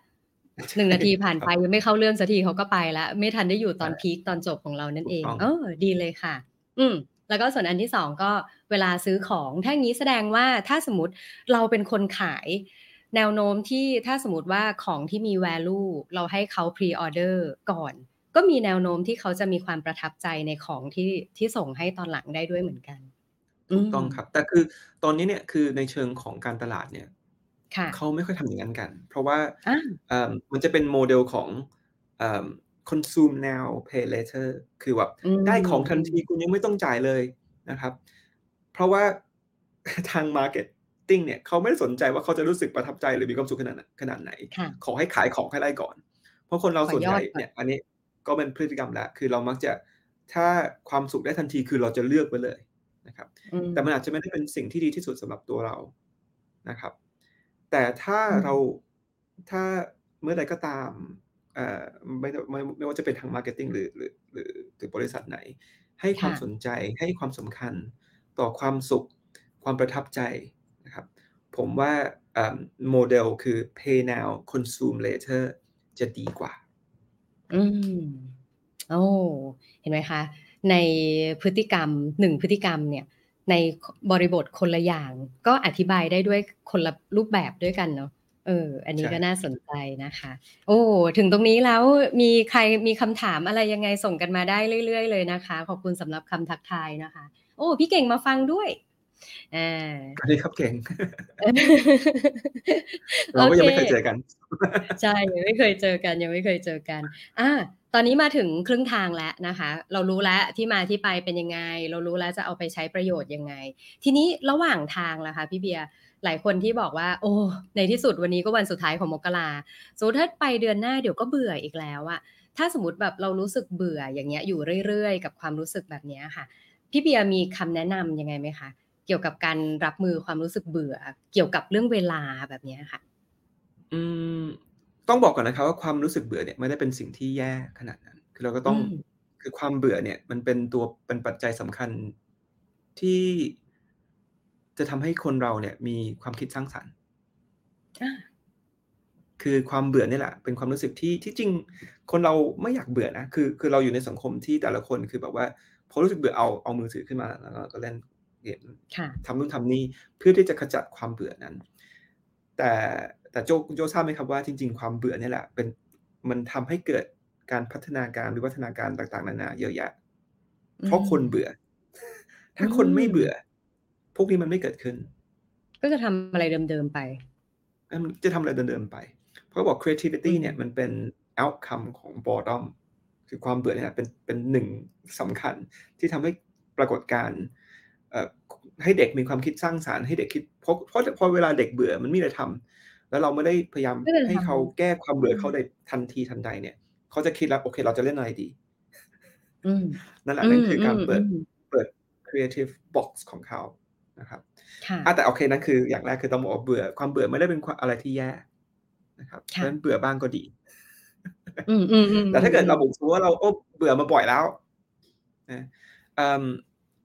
1 ใช่นาทีผ่านครับไปยังไม่เข้าเรื่องสักทีเขาก็ไปแล้วไม่ทันได้อยู่ตอนใช่พีกตอนจบของเรานั่นเองถูกต้องดีเลยค่ะแล้วก็ส่วนอันที่2ก็เวลาซื้อของถ้าอย่างงี้แสดงว่าถ้าสมมุติเราเป็นคนขายแนวโน้มที่ถ้าสมมุติว่าของที่มี value เราให้เขา pre-order ก่อนก็มีแนวโน้มที่เขาจะมีความประทับใจในของที่ส่งให้ตอนหลังได้ด้วยเหมือนกันอืมถูกต้องครับแต่คือตอนนี้เนี่ยคือในเชิงของการตลาดเนี่ยค่ะเขาไม่ค่อยทำอย่างนั้นกันเพราะว่าอามันจะเป็นโมเดลของเอ่อ consume now pay later คือแบบอืได้ของทันทีมคุณยังไม่ต้องจ่ายเลยนะครับเพราะว่าทาง marketing เนี่ยเขาไม่ได้สนใจว่าเขาจะรู้สึกประทับใจหรือมีความสุขขนาดไหนค่ะขอให้ขายของให้ได้ก่อนเพราะคนเราขอส่วนใหญ่ยอดก่อนเนี่ยอันนี้ก็เป็นพฤติกรรมแล้วคือเรามักจะถ้าความสุขได้ทันทีคือเราจะเลือกไว้เลยนะครับอืมแต่มันอาจจะไม่ได้เป็นสิ่งที่ดีที่สุดสำหรับตัวเรานะครับแต่ถ้าอืมเราถ้าเมื่อใดก็ตามเอ่อไม่ว่าจะเป็นทาง marketing หรือบริษัทไหนให้ความค่ะสนใจให้ความสำคัญต่อความสุขความประทับใจนะครับผมว่าโมเดลคือ pay now consume later จะดีกว่าอืมโอ้เห็นไหมคะในพฤติกรรม1พฤติกรรมเนี่ยในบริบทคนละอย่างก็อธิบายได้ด้วยคนละรูปแบบด้วยกันเนาะอันนี้ใช่ก็น่าสนใจนะคะโอ้ถึงตรงนี้แล้วมีใครมีคำถามอะไรยังไงส่งกันมาได้เรื่อยๆเลยนะคะขอบคุณสำหรับคำทักทายนะคะโอ้พี่เก่งมาฟังด้วยอาสวัสดีครับเก่งโอเคเราก็ยังไม่เคยเจอกันใช่ยังไม่เคยเจอกันอาตอนนี้มาถึงครึ่งทางแล้วนะคะเรารู้แล้วที่มาที่ไปเป็นยังไงเรารู้แล้วจะเอาไปใช้ประโยชน์ยังไงทีนี้ระหว่างทางล่ะคะพี่เบียร์หลายคนที่บอกว่าโอ้ในที่สุดวันนี้ก็วันสุดท้ายของมกราสมมุติถ้าไปเดือนหน้าเดี๋ยวก็เบื่ออีกแล้วอะถ้าสมมุติแบบเรารู้สึกเบื่ออย่างเงี้ยอยู่เรื่อยๆกับความรู้สึกแบบเนี้ยค่ะพี่เบียร์มีคำแนะนำยังไงไหมคะ เกี่ยวกับการรับมือความรู้สึกเบื่อเกี่ยวกับเรื่องเวลาแบบเนี้ยค่ะอืมต้องบอกก่อนนะครับว่าความรู้สึกเบื่อเนี่ยไม่ได้เป็นสิ่งที่แย่ขนาดนั้นคือเราก็ต้องอืมคือความเบื่อเนี่ยมันเป็นปัจจัยสำคัญที่จะทำให้คนเราเนี่ยมีความคิดสร้างสรรค์อาคือความเบื่อเนี่ยแหละเป็นความรู้สึกที่จริงคนเราไม่อยากเบื่อนะคือเราอยู่ในสังคมที่แต่ละคนคือแบบว่าพอรู้สึกเบื่อเอามือถือขึ้นมาแล้วก็เล่นเกมค่ะทำนู่นทำนี่เพื่อที่จะขจัดความเบื่อนั้น แต่คุณโจ้ทราบไหมครับว่าจริงๆความเบื่อเนี่ยแหละมันทำให้เกิดการพัฒนาการหรือวัฒนาการต่างๆนานาเยอะแยะอืเพราะคนมเบื่ออืถ้าคนไม่มเบื่อพวกนี้มันไม่เกิดขึ้นก็จะทำอะไรเดิมๆไปมันจะทำอะไรเดิมๆไปเพราะบอก creativity อืมเนี่ยมันเป็น outcome ของ boredom คือความเบื่อเนี่ยเป็นหนึ่งสำคัญที่ทำให้ปรากฏการณ์เอ่อให้เด็กมีความคิดสร้างสรรค์ให้เด็กคิดเพราะเวลาเด็กเบื่อมันไม่มีอะไรทำแล้วเราไม่ได้พยายามก็จะทให้เขาแก้ความำเบื่อเขาในทันทีทันใดเนี่ยเขาจะคิดแล้วโอเคเราจะเล่นอะไรดีอืมนั่นแหอืละนั่นคือการเปิดม creative box ของเขานะครับค่ะแต่โอเคนั่นคืออย่างแรกคือต้องบอกว่าความเบื่อไม่ได้เป็นอะไรที่แย่นะครับเพราะฉะค่ะนั้นเบื่อบ้างก็ดีอืมแต่ถ้าเกิดเราบอกๆๆๆสมมุติว่าเราเบื่อมาบ่อยแล้วนะเอ่อ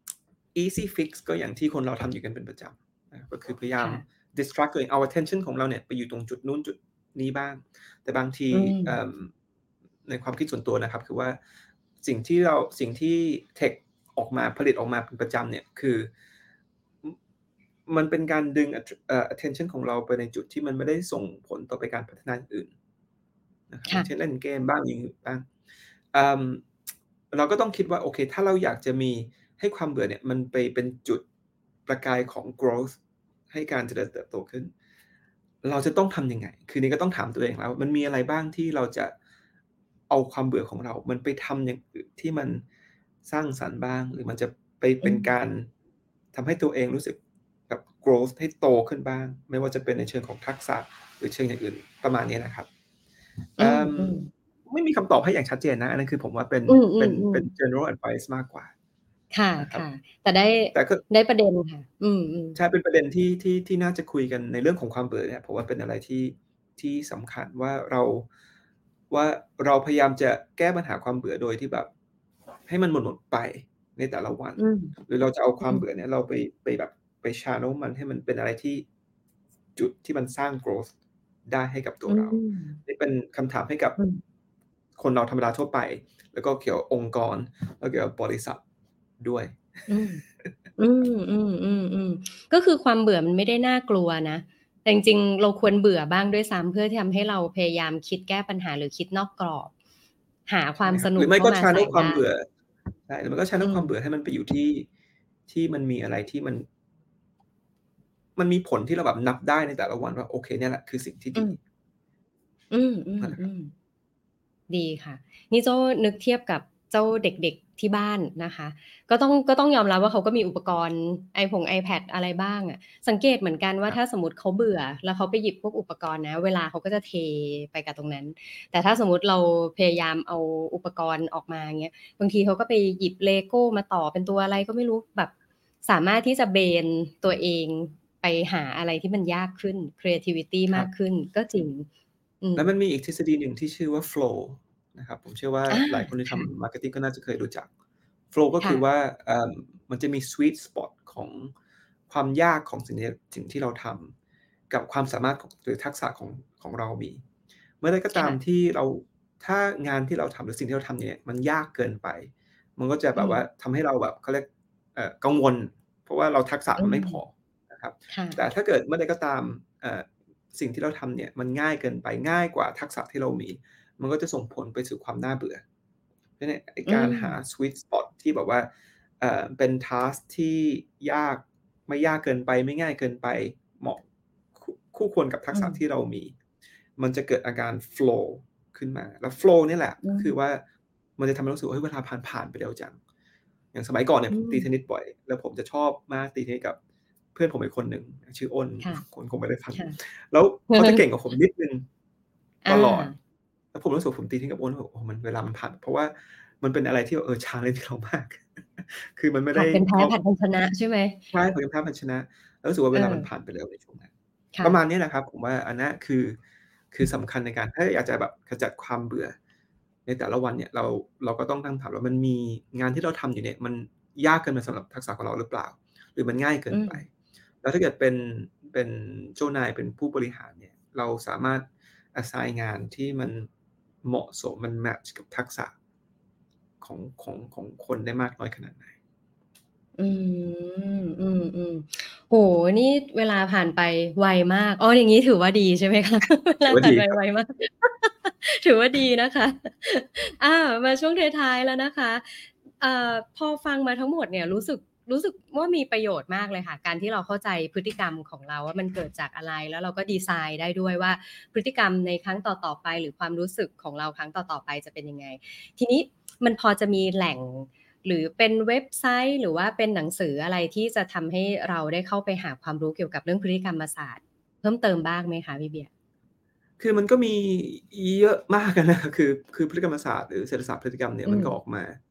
easy fix ก็อย่างที่คนเราทำอยู่กันเป็นประจำนะครับก็คือพยายามค่ะ distract ตัวเองเอา attention ของเราเนี่ยไปอยู่ตรงจุดนู้นจุดนี้บ้างแต่บางทีอืมในความคิดส่วนตัวนะครับคือว่าสิ่งที่เทคออกมาผลิตออกมาเป็นประจำเนี่ยคือมันเป็นการดึงattention ของเราไปในจุดที่มันไม่ได้ส่งผลต่อไปการพัฒนาอื่นนะครับอย่าค่ะงเช่นเล่นเกมบ้างอย่างอื่นบ้างเอ่อเราก็ต้องคิดว่าโอเคถ้าเราอยากจะมีให้ความเบื่อเนี่ยมันไปเป็นจุดประกายของ growth ให้การเจริญเติบโตขึ้นเราจะต้องทำยังไงคือนี่ก็ต้องถามตัวเองแล้วมันมีอะไรบ้างที่เราจะเอาความเบื่อของเรามันไปทำอย่างอื่นที่มันสร้างสรรค์บ้างหรือมันจะไปอืมเป็นการทำให้ตัวเองรู้สึกแบบ growth ให้โตขึ้นบ้างไม่ว่าจะเป็นในเชิงของทักษะหรือเชิงอย่างอื่นประมาณนี้นะครับอืเอ่อมไม่มีคำตอบให้อย่างชัดเจนนะอันนั้นคือผมว่าเป็นอืเป็นมๆๆ general advice มากกว่าค่ะนะครับค่ะแต่ได้แต่ก็ได้ประเด็นค่ะอืมใช่เป็นประเด็นที่น่าจะคุยกันในเรื่องของความเบื่อเนี่ยผมว่าเป็นอะไรที่สำคัญว่าเราพยายามจะแก้ปัญหาความเบื่อโดยที่แบบให้มันหมดไปในแต่ละวันอืมหรือเราจะเอาคอืมวามเบื่อเนี่ยเราไปแบบไป channel มันให้มันเป็นอะไรที่จุดที่มันสร้าง growth ได้ให้กับตัอืวเรามนี่เป็นคำถามให้กับอืมคนเราธรรมดาทั่วไปแล้วก็เกี่ยวกับองค์กรแล้วเกี่ยวกับบริษัทด้วยอืม อืมๆๆๆก็คือความเบื่อมันไม่ได้น่ากลัวนะแต่จริงๆเราควรเบื่อบ้างด้วยซ้ำเพื่อที่ทำให้เราพยายามคิดแก้ปัญหาหรือคิดนอกกรอบหาควาใช่มสนุครับหรือไม่ก็กเข้ามาใส่ channel ความได้เบื่อใช่หรือไม่ก็อื channel ความเบื่อมให้มันไปอยู่ที่มันมีอะไรที่มันมีผลที่เราแบบนับได้ในแต่ละวันว่าโอเคเนี่ยแหละคือสิ่งที่ดีอืมอืนั่นแหละครับมๆๆ ดีค่ะนี่โจ้นึกเทียบกับเจ้าเด็กๆที่บ้านนะคะก็ต้องยอมรับว่าเขาก็มีอุปกรณ์iPad อะไรบ้างอะสังเกตเหมือนกันคว่ารับถ้าสมมุติเขาเบื่อแล้วเขาไปหยิบพวกอุปกรณ์นะเวลาเขาก็จะเทไปกับตรงนั้นแต่ถ้าสมมุติเราพยายามเอาอุปกรณ์ออกมาอย่างเงี้ยบางทีเขาก็ไปหยิบ Lego มาต่อเป็นตัวอะไรก็ไม่รู้แบบสามารถที่จะเบนตัวเองไปหาอะไรที่มันยากขึ้น creativity ครับมากขึ้นก็จริงอืมแล้วมันมีอีกทฤษฎีหนึ่งที่ชื่อว่า flow นะครับผมเชื่อว่าอาหลายคนที่ค่ะทำ marketing ก็น่าจะเคยรู้จัก flow ก็คืค่ะอว่ามันจะมี sweet spot ของความยากของสิ่งที่เราทำกับความสามารถของหรือทักษะของเรามีเมื่อใดก็ตามค่ะที่ถ้างานที่เราทำหรือสิ่งที่เราทำเนี่ยมันยากเกินไปมันก็จะแบอืมบว่าทำให้เราแบบเขาเรียกกังวลเพราะว่าเราทักษะอืมมันไม่พอนะครับค่ะแต่ถ้าเกิดเมื่อใดก็ตามสิ่งที่เราทำเนี่ยมันง่ายเกินไปง่ายกว่าทักษะที่เรามีมันก็จะส่งผลไปสู่ความน่าเบื่อเพราะฉะนั้นไอ้อืมการหา sweet spot ที่แบบว่าเป็น task ที่ยากไม่ยากเกินไปไม่ง่ายเกินไปเหมาะคู่ควรกับทักษะอืมที่เรามีมันจะเกิดอาการ flow ขึ้นมาแล้ว flow นี่แหละอืมก็คือว่ามันจะทำให้รู้สึกว่าเฮ้ยเวลาผ่านไปเร็วจังอย่างสมัยก่อนเนี่ยอืมผมตีเทนนิสบ่อยแล้วผมจะชอบมากตีเทนนิสกับ เพื่อนผมอีกคนหนึ่งชื่ออ้นค่ะคนคงไม่ได้ฟังค่ะแล้วเขาจะเก่งกว่าผมนิดหนึ่งตอาลอดแล้วผมรู้สึกผมตีทิ้งกับอ้นแบบโอ้มันเวลามันผ่านเพราะว่ามันเป็นอะไรที่challenge เรามากคือมันไม่ได้ผลัดกันแพ้เขาผลัดกันชนะใช่ไหมใช่ผมจะแพ้พันชนะแล้วรู้สึกว่าเอเวลามันอผ่านไปเร็วในช่วงนั้นปค่ะระมาณนี้แหละครับผมว่าอันนั้นคือสำคัญในการถ้าอยากจะแบบขจัดความเบื่อในแต่ละวันเนี่ยเราก็ต้องตั้งคำถามว่ามันมีงานที่เราทำอยู่เนี่ยมันยากเกินไปสำหรับทักษะของเราหรือเปล่าหรือมันง่ายเกินอืมไป แล้วถ้าเกิดเป็นเจ้านายเป็นผู้บริหารเนี่ยเราสามารถ assign งานที่มันเหมาะสมมันแมตช์กับทักษะของคนได้มากน้อยขนาดไหนอืมอืมๆโอ้โฮนี่เวลาผ่านไปไวมากอ๋ออย่างงี้ถือว่าดีใช่ไหมคะเวลาถือว่าผ่านไปดีครับไวมากถือว่าดีนะคะอามาช่วงท้ายๆแล้วนะคะพอฟังมาทั้งหมดเนี่ยรู้สึกว่ามีประโยชน์มากเลยค่ะการที่เราเข้าใจพฤติกรรมของเราว่ามันเกิดจากอะไรแล้วเราก็ดีไซน์ได้ด้วยว่าพฤติกรรมในครั้งต่อๆไปหรือความรู้สึกของเราครั้งต่อๆไปจะเป็นยังไงทีนี้มันพอจะมีแหล่งหรือเป็นเว็บไซต์หรือว่าเป็นหนังสืออะไรที่จะทำให้เราได้เข้าไปหาความรู้เกี่ยวกับเรื่องพฤติกรรมศาสตร์เพิ่มเติมบ้างไหมคะพี่เบียร์คือมันก็มีเยอะมากอะนะคือพฤติกรรมศาสตร์หรือเศรษฐศาสตร์พฤติกรรมเนี่ยอืมมันก็ออกมา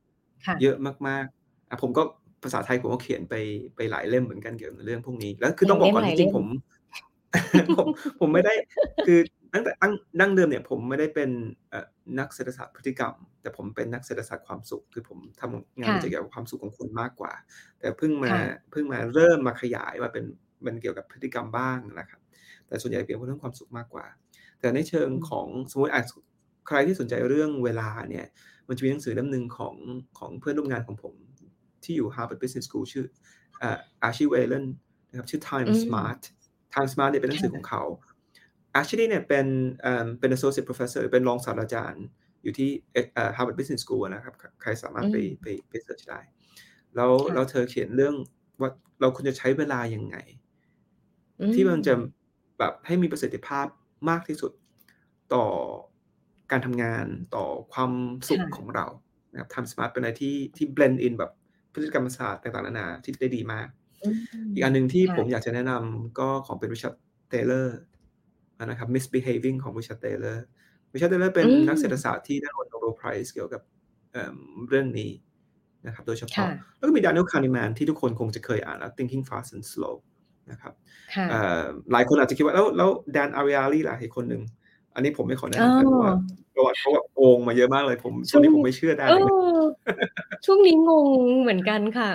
ค่ะเยอะมากๆผมก็ภาษาไทยผมก็เขียนไปหลายเล่มเหมือนกันเกี่ยวกับเรื่องพวกนี้แล้วคือหลายต้องบอกก่อนเล่มที่จริงผม ผมผมไม่ได้คือตั้งแต่ดั้งเดิมเนี่ยผมไม่ได้เป็นนักเศรษฐศาสตร์พฤติกรรมแต่ผมเป็นนักเศรษฐศาสตร์ความสุขคือผมทำงานวิจัยเกี่ยวกับความสุขของคนมากกว่าแต่เพิ่งมาเริ่มมาขยายมาเป็นเกี่ยวกับพฤติกรรมบ้างนะครับแต่ส่วนใหญ่เป็นเรื่องความสุขมากกว่าแต่ในเชิงของสมมุติใครที่สนใจเรื่องเวลาเนี่ยมันจะมีหนังสือเล่มหนึ่งของเพื่อนร่วมงานของผมที่อยู่ Harvard Business School ชื่อArchie Whalen นะครับชื่อ Time Smart Time Smart เนี่ยเป็นหนังสือของเขา Ashley เนี่ยเป็น associate professor เป็นรองศาสตราจารย์อยู่ที่Harvard Business School นะครับใครสามารถไปเสิร์ชได้แล้วเธอเขียนเรื่องว่าเราควรจะใช้เวลายังไงที่มันจะแบบให้มีประสิทธิภาพมากที่สุดต่อการทำงานต่อความสุขของเรานะครับ Time Smart เป็นอะไรที่ blend in แบบพฤติกรรมศาสตร์ต่างๆนานาที่ได้ดีมากอีกอันหนึ่งที่ผมอยากจะแนะนำก็ของเป็น Richard Taylor นะครับ Misbehaving ของ Richard Taylor เป็นนักเศรษฐศาสตร์ที่ได้รับ Nobel Prize เกี่ยวกับเรื่องนี้นะครับโดยเฉพาะแล้วก็มี Daniel Kahneman ที่ทุกคนคงจะเคยอ่านแล้ว Thinking Fast and Slow นะครับหลายคนอาจจะคิดว่าแล้ว Dan Ariely ล่ะอีกคนหนึ่งอันนี้ผมไม่ขอแนะนำเพราะว่าประวัติเขาแบบโกงมาเยอะมากเลยตอนนี้ผมไม่เชื่อได้เลยช่วงนี้งงเหมือนกันค่ะ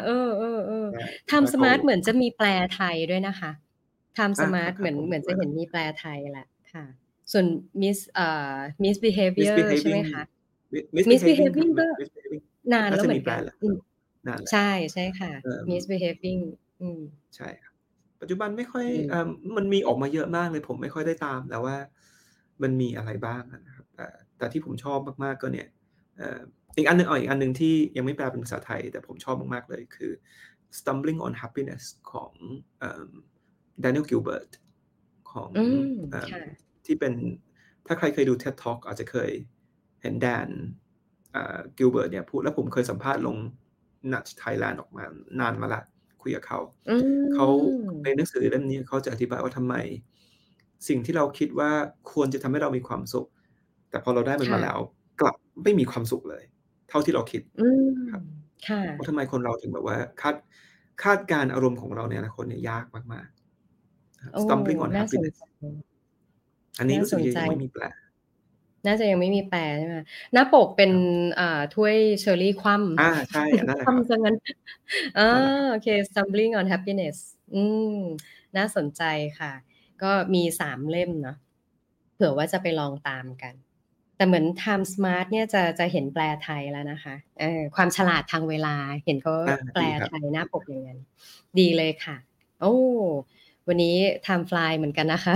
Time Smart เหมือนจะมีแปลไทยด้วยนะคะ Time Smart เหมือนจะเห็นมีแปลไทยแหละค่ะส่วน Misbehavior ใช่ไหมคะ Misbehaving ก็นานแล้วเหมือนกันใช่ใช่ค่ะ Misbehaving ใช่ครับปัจจุบันไม่ค่อยมันมีออกมาเยอะมากเลยผมไม่ค่อยได้ตามแล้วว่ามันมีอะไรบ้างนะครับแต่ที่ผมชอบมากๆก็เนี่ยอีกอันนึงที่ยังไม่แปลเป็นภาษาไทยแต่ผมชอบมากๆเลยคือ Stumbling on Happiness ของ Daniel Gilbert ของที่เป็นถ้าใครเคยดู TED Talk อาจจะเคยเห็นแดนGilbert เนี่ยพูดแล้วผมเคยสัมภาษณ์ลง Nudge Thailand ออกมานานมาละคุยกับเขาในหนังสือเล่มนี้เขาจะอธิบายว่าทำไมสิ่งที่เราคิดว่าควรจะทำให้เรามีความสุขแต่พอเราได้มันมาแล้วกลับไม่มีความสุขเลยเท่าที่เราคิดครับว่าทำไมคนเราถึงแบบว่าคาดการอารมณ์ของเราในอนาคตเนี่ยยากมากๆ Stumbling on Happiness อันนี้รู้สึกยังไม่มีแปลน่าจะยังไม่มีแปลใช่ไหมหน้าปกเป็นถ้วยเชอร์รี่คว่ำใช่อันนั้นแหละครับซะงั้นโอเค Stumbling on Happiness น่าสนใจค่ะก็มี3เล่มเนาะเผื่อว่าจะไปลองตามกันแต่เหมือน Time Smart เนี่ยจะเห็นแปลไทยแล้วนะคะความฉลาดทางเวลาเห็นเขาแปลไทยหน้าปกอย่างนั้นดีเลยค่ะโอ้วันนี้ Time Fly เหมือนกันนะคะ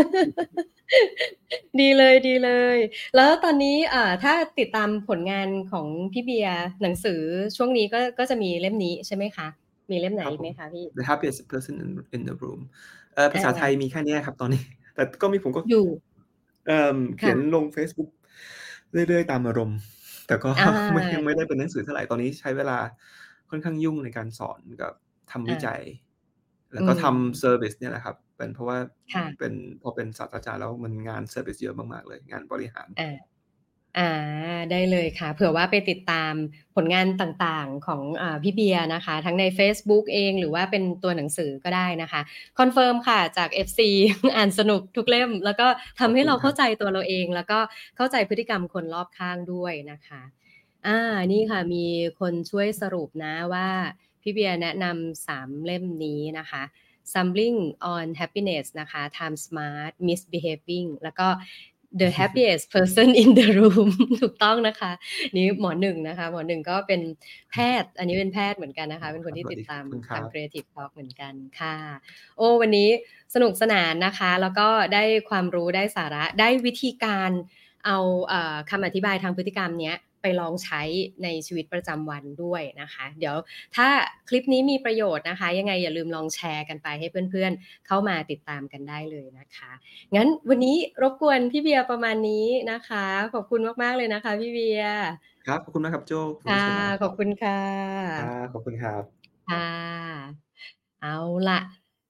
ดีเลยแล้วตอนนี้ถ้าติดตามผลงานของพี่เบียร์หนังสือช่วงนี้ก็จะมีเล่มนี้ใช่ไหมคะมีเล่มไหนไหมคะพี่ The Happiest Person in the Room ภาษาไทยมีแค่นี้ครับตอนนี้แต่ก็มีผมก็อยู่เขียนลง Facebook เรื่อยๆตามอารมณ์แต่ก็ยังไม่ได้เป็นหนังสือเท่าไหร่ตอนนี้ใช้เวลาค่อนข้างยุ่งในการสอนกับทำวิจัยแล้วก็ทำเซอร์วิสเนี่ยแหละครับเป็นเพราะว่าพอเป็นศาสตราจารย์แล้วมันงานเซอร์วิสเยอะมากๆเลยงานบริหารได้เลยค่ะเผื่อว่าไปติดตามผลงานต่างๆของพี่เบียร์นะคะทั้งใน Facebook เองหรือว่าเป็นตัวหนังสือก็ได้นะคะคอนเฟิร์มค่ะจาก FC อ่านสนุกทุกเล่มแล้วก็ทำให้เราเข้าใจตัวเราเองแล้วก็เข้าใจพฤติกรรมคนรอบข้างด้วยนะคะนี่ค่ะมีคนช่วยสรุปนะว่าพี่เบียร์แนะนำ3เล่มนี้นะคะ Stumbling on Happiness นะคะ Time Smart Misbehaving แล้วก็ The Happiest Person in the Room ถูกต้องนะคะนี่หมอหนึ่งนะคะหมอหนึ่งก็เป็นแพทย์อันนี้เป็นแพทย์เหมือนกันนะคะเป็นคนที่ติดตามทาง Creative Talk เหมือนกันค่ะวันนี้สนุกสนานนะคะแล้วก็ได้ความรู้ได้สาระได้วิธีการเอาคำอธิบายทางพฤติกรรมเนี้ยไปลองใช้ในชีวิตประจำวันด้วยนะคะเดี๋ยวถ้าคลิปนี้มีประโยชน์นะคะยังไงอย่าลืมลองแชร์กันไปให้เพื่อนๆเข้ามาติดตามกันได้เลยนะคะงั้นวันนี้รบกวนพี่เบียร์ประมาณนี้นะคะขอบคุณมากๆเลยนะคะพี่เบียร์ครับขอบคุณมากครับโจ้ค่ะขอบคุณค่ะขอบคุณครับค่ะเอาล่ะ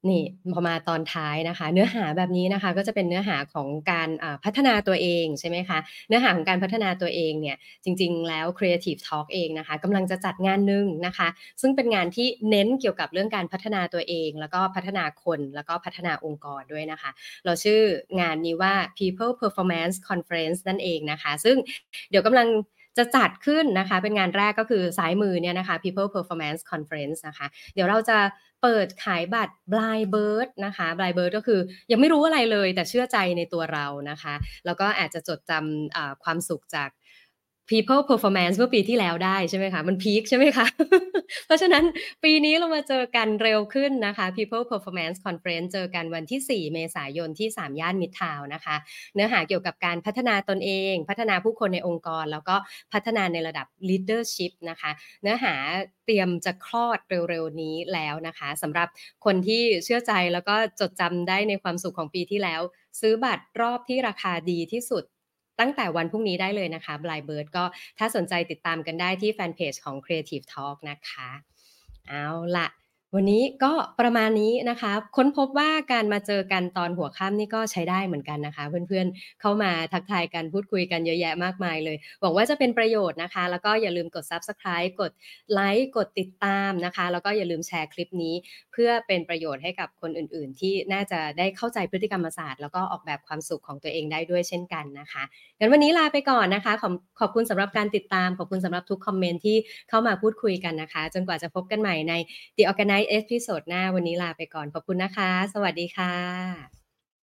นี่พอมาตอนท้ายนะคะเนื้อหาแบบนี้นะคะก็จะเป็นเนื้อหาของการพัฒนาตัวเองใช่ไหมคะเนื้อหาของการพัฒนาตัวเองเนี่ยจริงๆแล้ว Creative Talk เองนะคะกำลังจะจัดงานหนึ่งนะคะซึ่งเป็นงานที่เน้นเกี่ยวกับเรื่องการพัฒนาตัวเองแล้วก็พัฒนาคนแล้วก็พัฒนาองค์กรด้วยนะคะเราชื่องานนี้ว่า People Performance Conference นั่นเองนะคะซึ่งเดี๋ยวกำลังจะจัดขึ้นนะคะเป็นงานแรกก็คือซ้ายมือเนี่ยนะคะ People Performance Conference นะคะเดี๋ยวเราจะเปิดขายบัตร Blind Bird นะคะ Blind Bird ก็คือยังไม่รู้อะไรเลยแต่เชื่อใจในตัวเรานะคะแล้วก็อาจจะจดจำความสุขจาก People Performance เมื่อปีที่แล้วได้ใช่ไหมคะมันพีกใช่ไหมคะ เพราะฉะนั้นปีนี้เรามาเจอกันเร็วขึ้นนะคะ People Performance Conference เจอกันวันที่4เมษายนที่3ย่านมิตรทาวน์นะคะเนื้อหาเกี่ยวกับการพัฒนาตนเองพัฒนาผู้คนในองค์กรแล้วก็พัฒนาในระดับ leadership นะคะเนื้อหาเตรียมจะคลอดเร็วๆนี้แล้วนะคะสำหรับคนที่เชื่อใจแล้วก็จดจำได้ในความสุขของปีที่แล้วซื้อบัตรรอบที่ราคาดีที่สุดตั้งแต่วันพรุ่งนี้ได้เลยนะคะ Blind Bird ก็ถ้าสนใจติดตามกันได้ที่แฟนเพจของ Creative Talk นะคะเอาล่ะวันนี้ก็ประมาณนี้นะคะค้นพบว่าการมาเจอกันตอนหัวค่ำนี่ก็ใช้ได้เหมือนกันนะคะเพื่อนๆเข้ามาทักทายกันพูดคุยกันเยอะแยะมากมายเลยหวังว่าจะเป็นประโยชน์นะคะแล้วก็อย่าลืมกด Subscribe กดไลค์กดติดตามนะคะแล้วก็อย่าลืมแชร์คลิปนี้เพื่อเป็นประโยชน์ให้กับคนอื่นๆที่น่าจะได้เข้าใจพฤติกรรมศาสตร์แล้วก็ออกแบบความสุขของตัวเองได้ด้วยเช่นกันนะคะงั้นวันนี้ลาไปก่อนนะคะขอบคุณสำหรับการติดตามขอบคุณสำหรับทุกคอมเมนต์ที่เข้ามาพูดคุยกันนะคะจนกว่าจะพบกันใหม่ใน The Organize เอพิโซดหน้าวันนี้ลาไปก่อนขอบคุณนะคะสวัสดีค่ะ